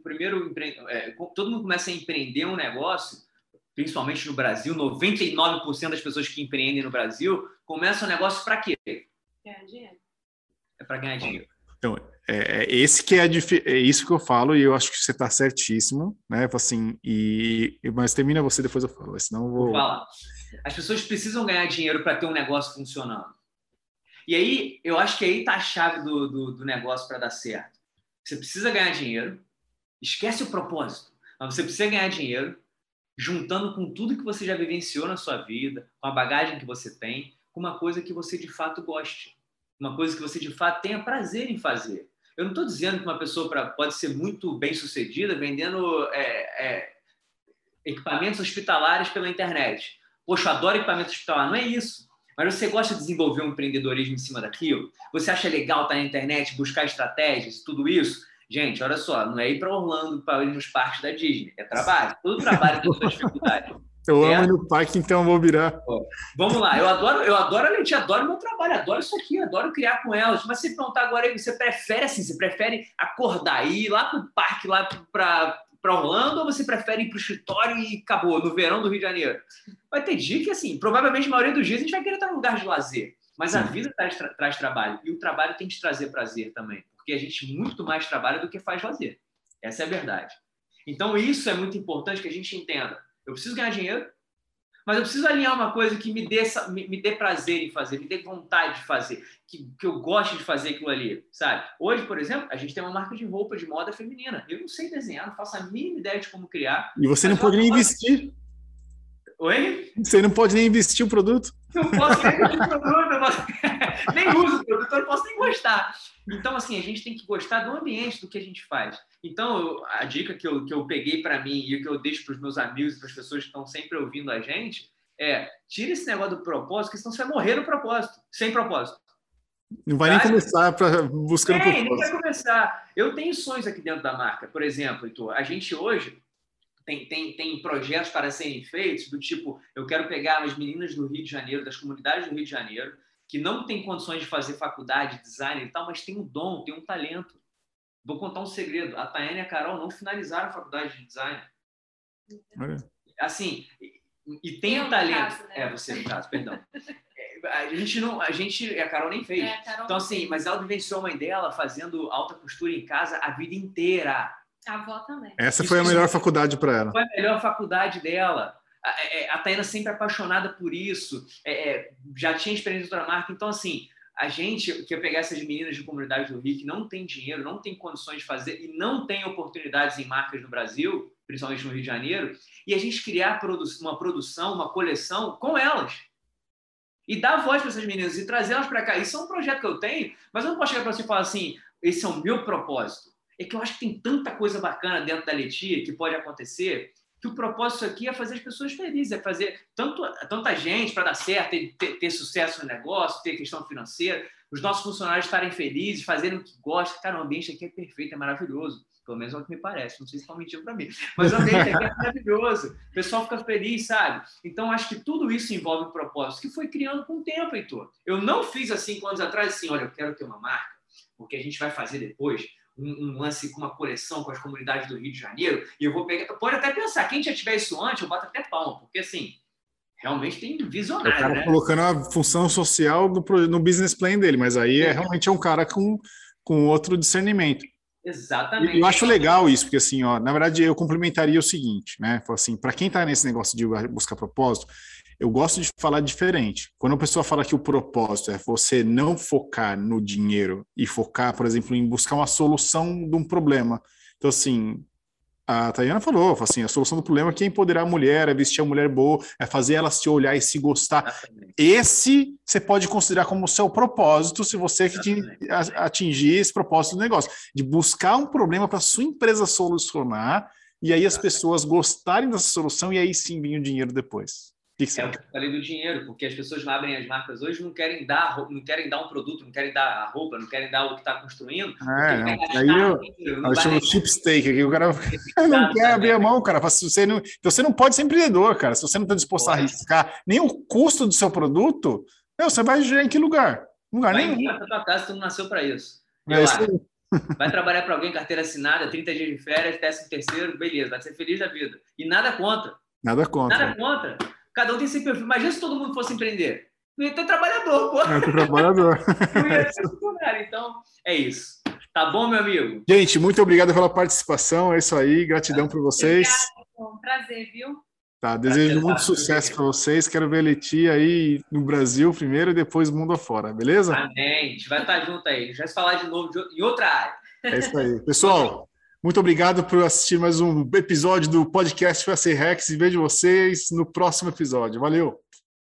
todo mundo começa a empreender um negócio, principalmente no Brasil, 99% das pessoas que empreendem no Brasil começam um negócio para quê?
Ganhar dinheiro.
É para ganhar dinheiro.
Então, esse que é isso que eu falo, e eu acho que você está certíssimo, né? Assim, mas termina você, depois eu falo, senão eu vou...
Vou falar. As pessoas precisam ganhar dinheiro para ter um negócio funcionando. E aí, eu acho que aí está a chave do negócio para dar certo. Você precisa ganhar dinheiro, esquece o propósito, mas você precisa ganhar dinheiro juntando com tudo que você já vivenciou na sua vida, com a bagagem que você tem, com uma coisa que você de fato goste, uma coisa que você de fato tenha prazer em fazer. Eu não estou dizendo que uma pessoa pode ser muito bem-sucedida vendendo equipamentos hospitalares pela internet. Poxa, eu adoro equipamento hospitalar. Não é isso. Mas você gosta de desenvolver um empreendedorismo em cima daquilo? Você acha legal estar na internet, buscar estratégias, tudo isso? Gente, olha só, não é ir para Orlando para ir nos parques da Disney. É trabalho. Todo trabalho tem sua dificuldade.
Eu amo ir no parque, então eu vou virar.
Vamos lá. Eu adoro a Letícia, adoro meu trabalho, adoro isso aqui, adoro criar com elas. Mas você perguntar agora, você prefere acordar e ir lá para o parque, lá para Orlando, ou você prefere ir para o escritório e acabou, no verão do Rio de Janeiro? Vai ter dia que, assim, provavelmente a maioria dos dias a gente vai querer estar num lugar de lazer. Mas a vida traz trabalho. E o trabalho tem que trazer prazer também. Porque a gente muito mais trabalha do que faz lazer. Essa é a verdade. Então, isso é muito importante que a gente entenda. Eu preciso ganhar dinheiro, mas eu preciso alinhar uma coisa que me dê prazer em fazer, me dê vontade de fazer, que eu goste de fazer aquilo ali, sabe? Hoje, por exemplo, a gente tem uma marca de roupa de moda feminina. Eu não sei desenhar, não faço a mínima ideia de como criar.
E você não pode nem investir.
Oi?
Você não pode nem investir o produto.
Não posso nem investir o produto, nem uso o produto, eu não posso nem gostar. Então, assim, a gente tem que gostar do ambiente, do que a gente faz. Então, a dica que eu peguei para mim e que eu deixo para os meus amigos e para as pessoas que estão sempre ouvindo a gente tira esse negócio do propósito, porque senão você vai morrer no propósito, sem propósito.
Não vai nem começar buscando propósito.
Nem vai começar. Eu tenho sonhos aqui dentro da marca. Por exemplo, Heitor, a gente hoje tem projetos para serem feitos do tipo, eu quero pegar as meninas do Rio de Janeiro, das comunidades do Rio de Janeiro, que não têm condições de fazer faculdade, design e tal, mas tem um dom, tem um talento. Vou contar um segredo. A Tayane e a Carol não finalizaram a faculdade de design. Assim, e tem um talento. Caso, né? Você no caso, perdão. A Carol nem fez. Então, assim, mas ela vivenciou a mãe dela fazendo alta costura em casa a vida inteira.
A avó também.
Essa foi a melhor faculdade para ela.
Foi a melhor faculdade dela. A Tayana sempre apaixonada por isso. Já tinha experiência de outra marca. Então, assim, a gente que pegar essas meninas de comunidade do Rio que não tem dinheiro, não tem condições de fazer e não tem oportunidades em marcas no Brasil, principalmente no Rio de Janeiro, e a gente criar uma produção, uma coleção com elas. E dar voz para essas meninas e trazer elas para cá. Isso é um projeto que eu tenho, mas eu não posso chegar para você e falar assim, esse é o meu propósito. É que eu acho que tem tanta coisa bacana dentro da Letia que pode acontecer, que o propósito aqui é fazer as pessoas felizes, é fazer tanta gente para dar certo, ter sucesso no negócio, ter questão financeira, os nossos funcionários estarem felizes, fazerem o que gostam. Cara, o ambiente aqui é perfeito, é maravilhoso. Pelo menos é o que me parece, não sei se estão mentindo para mim. Mas o ambiente aqui é maravilhoso, o pessoal fica feliz, sabe? Então, acho que tudo isso envolve um propósito que foi criando com o tempo, Heitor. Eu não fiz há 5 anos atrás assim, olha, eu quero ter uma marca, porque a gente vai fazer depois um lance com uma coleção com as comunidades do Rio de Janeiro, e eu vou pegar... Pode até pensar, quem já tiver isso antes, eu boto até palma, porque assim, realmente tem visionário,
o cara,
né?
Colocando a função social no business plan dele, mas aí realmente é um cara com outro discernimento.
Exatamente.
E eu acho legal isso, porque assim, na verdade, eu complementaria o seguinte, né? Assim, para quem está nesse negócio de buscar propósito, eu gosto de falar diferente. Quando a pessoa fala que o propósito é você não focar no dinheiro e focar, por exemplo, em buscar uma solução de um problema. Então, assim, a Tayana falou assim, a solução do problema é empoderar a mulher, é vestir a mulher boa, é fazer ela se olhar e se gostar. Exatamente. Esse você pode considerar como o seu propósito, se você atingir esse propósito do negócio, de buscar um problema para sua empresa solucionar, e aí as pessoas gostarem dessa solução, e aí sim vir o dinheiro depois.
O que eu falei do dinheiro, porque as pessoas abrem as marcas hoje não querem dar um produto, não querem dar a roupa, não querem dar o que está construindo.
Aí eu chamo chip steak aqui, o cara não quer abrir a mão, cara. Você não pode ser empreendedor, cara. Se você não está disposto a arriscar nem o custo do seu produto, você vai gerar em que lugar? Lugar nenhum.
Vai para tua casa, tu não nasceu para isso. Vai trabalhar para alguém, carteira assinada, 30 dias de férias, 13º, beleza, vai ser feliz da vida. E nada contra.
Nada contra.
Cada um tem seu perfil. Imagina se todo mundo fosse empreender. Não ia ter trabalhador, pô.
Não ia ter trabalhador.
Não ia ter funcionário. Então, é isso. Tá bom, meu amigo?
Gente, muito obrigado pela participação. É isso aí. Gratidão por vocês.
Obrigada, um prazer, viu?
Tá, desejo muito sucesso para vocês. Quero ver a Leti aí no Brasil primeiro e depois mundo afora, beleza?
Amém. A gente vai estar junto aí. A gente vai se falar de novo em outra área.
É isso aí. Pessoal, muito obrigado por assistir mais um episódio do podcast USA Rex e vejo vocês no próximo episódio. Valeu!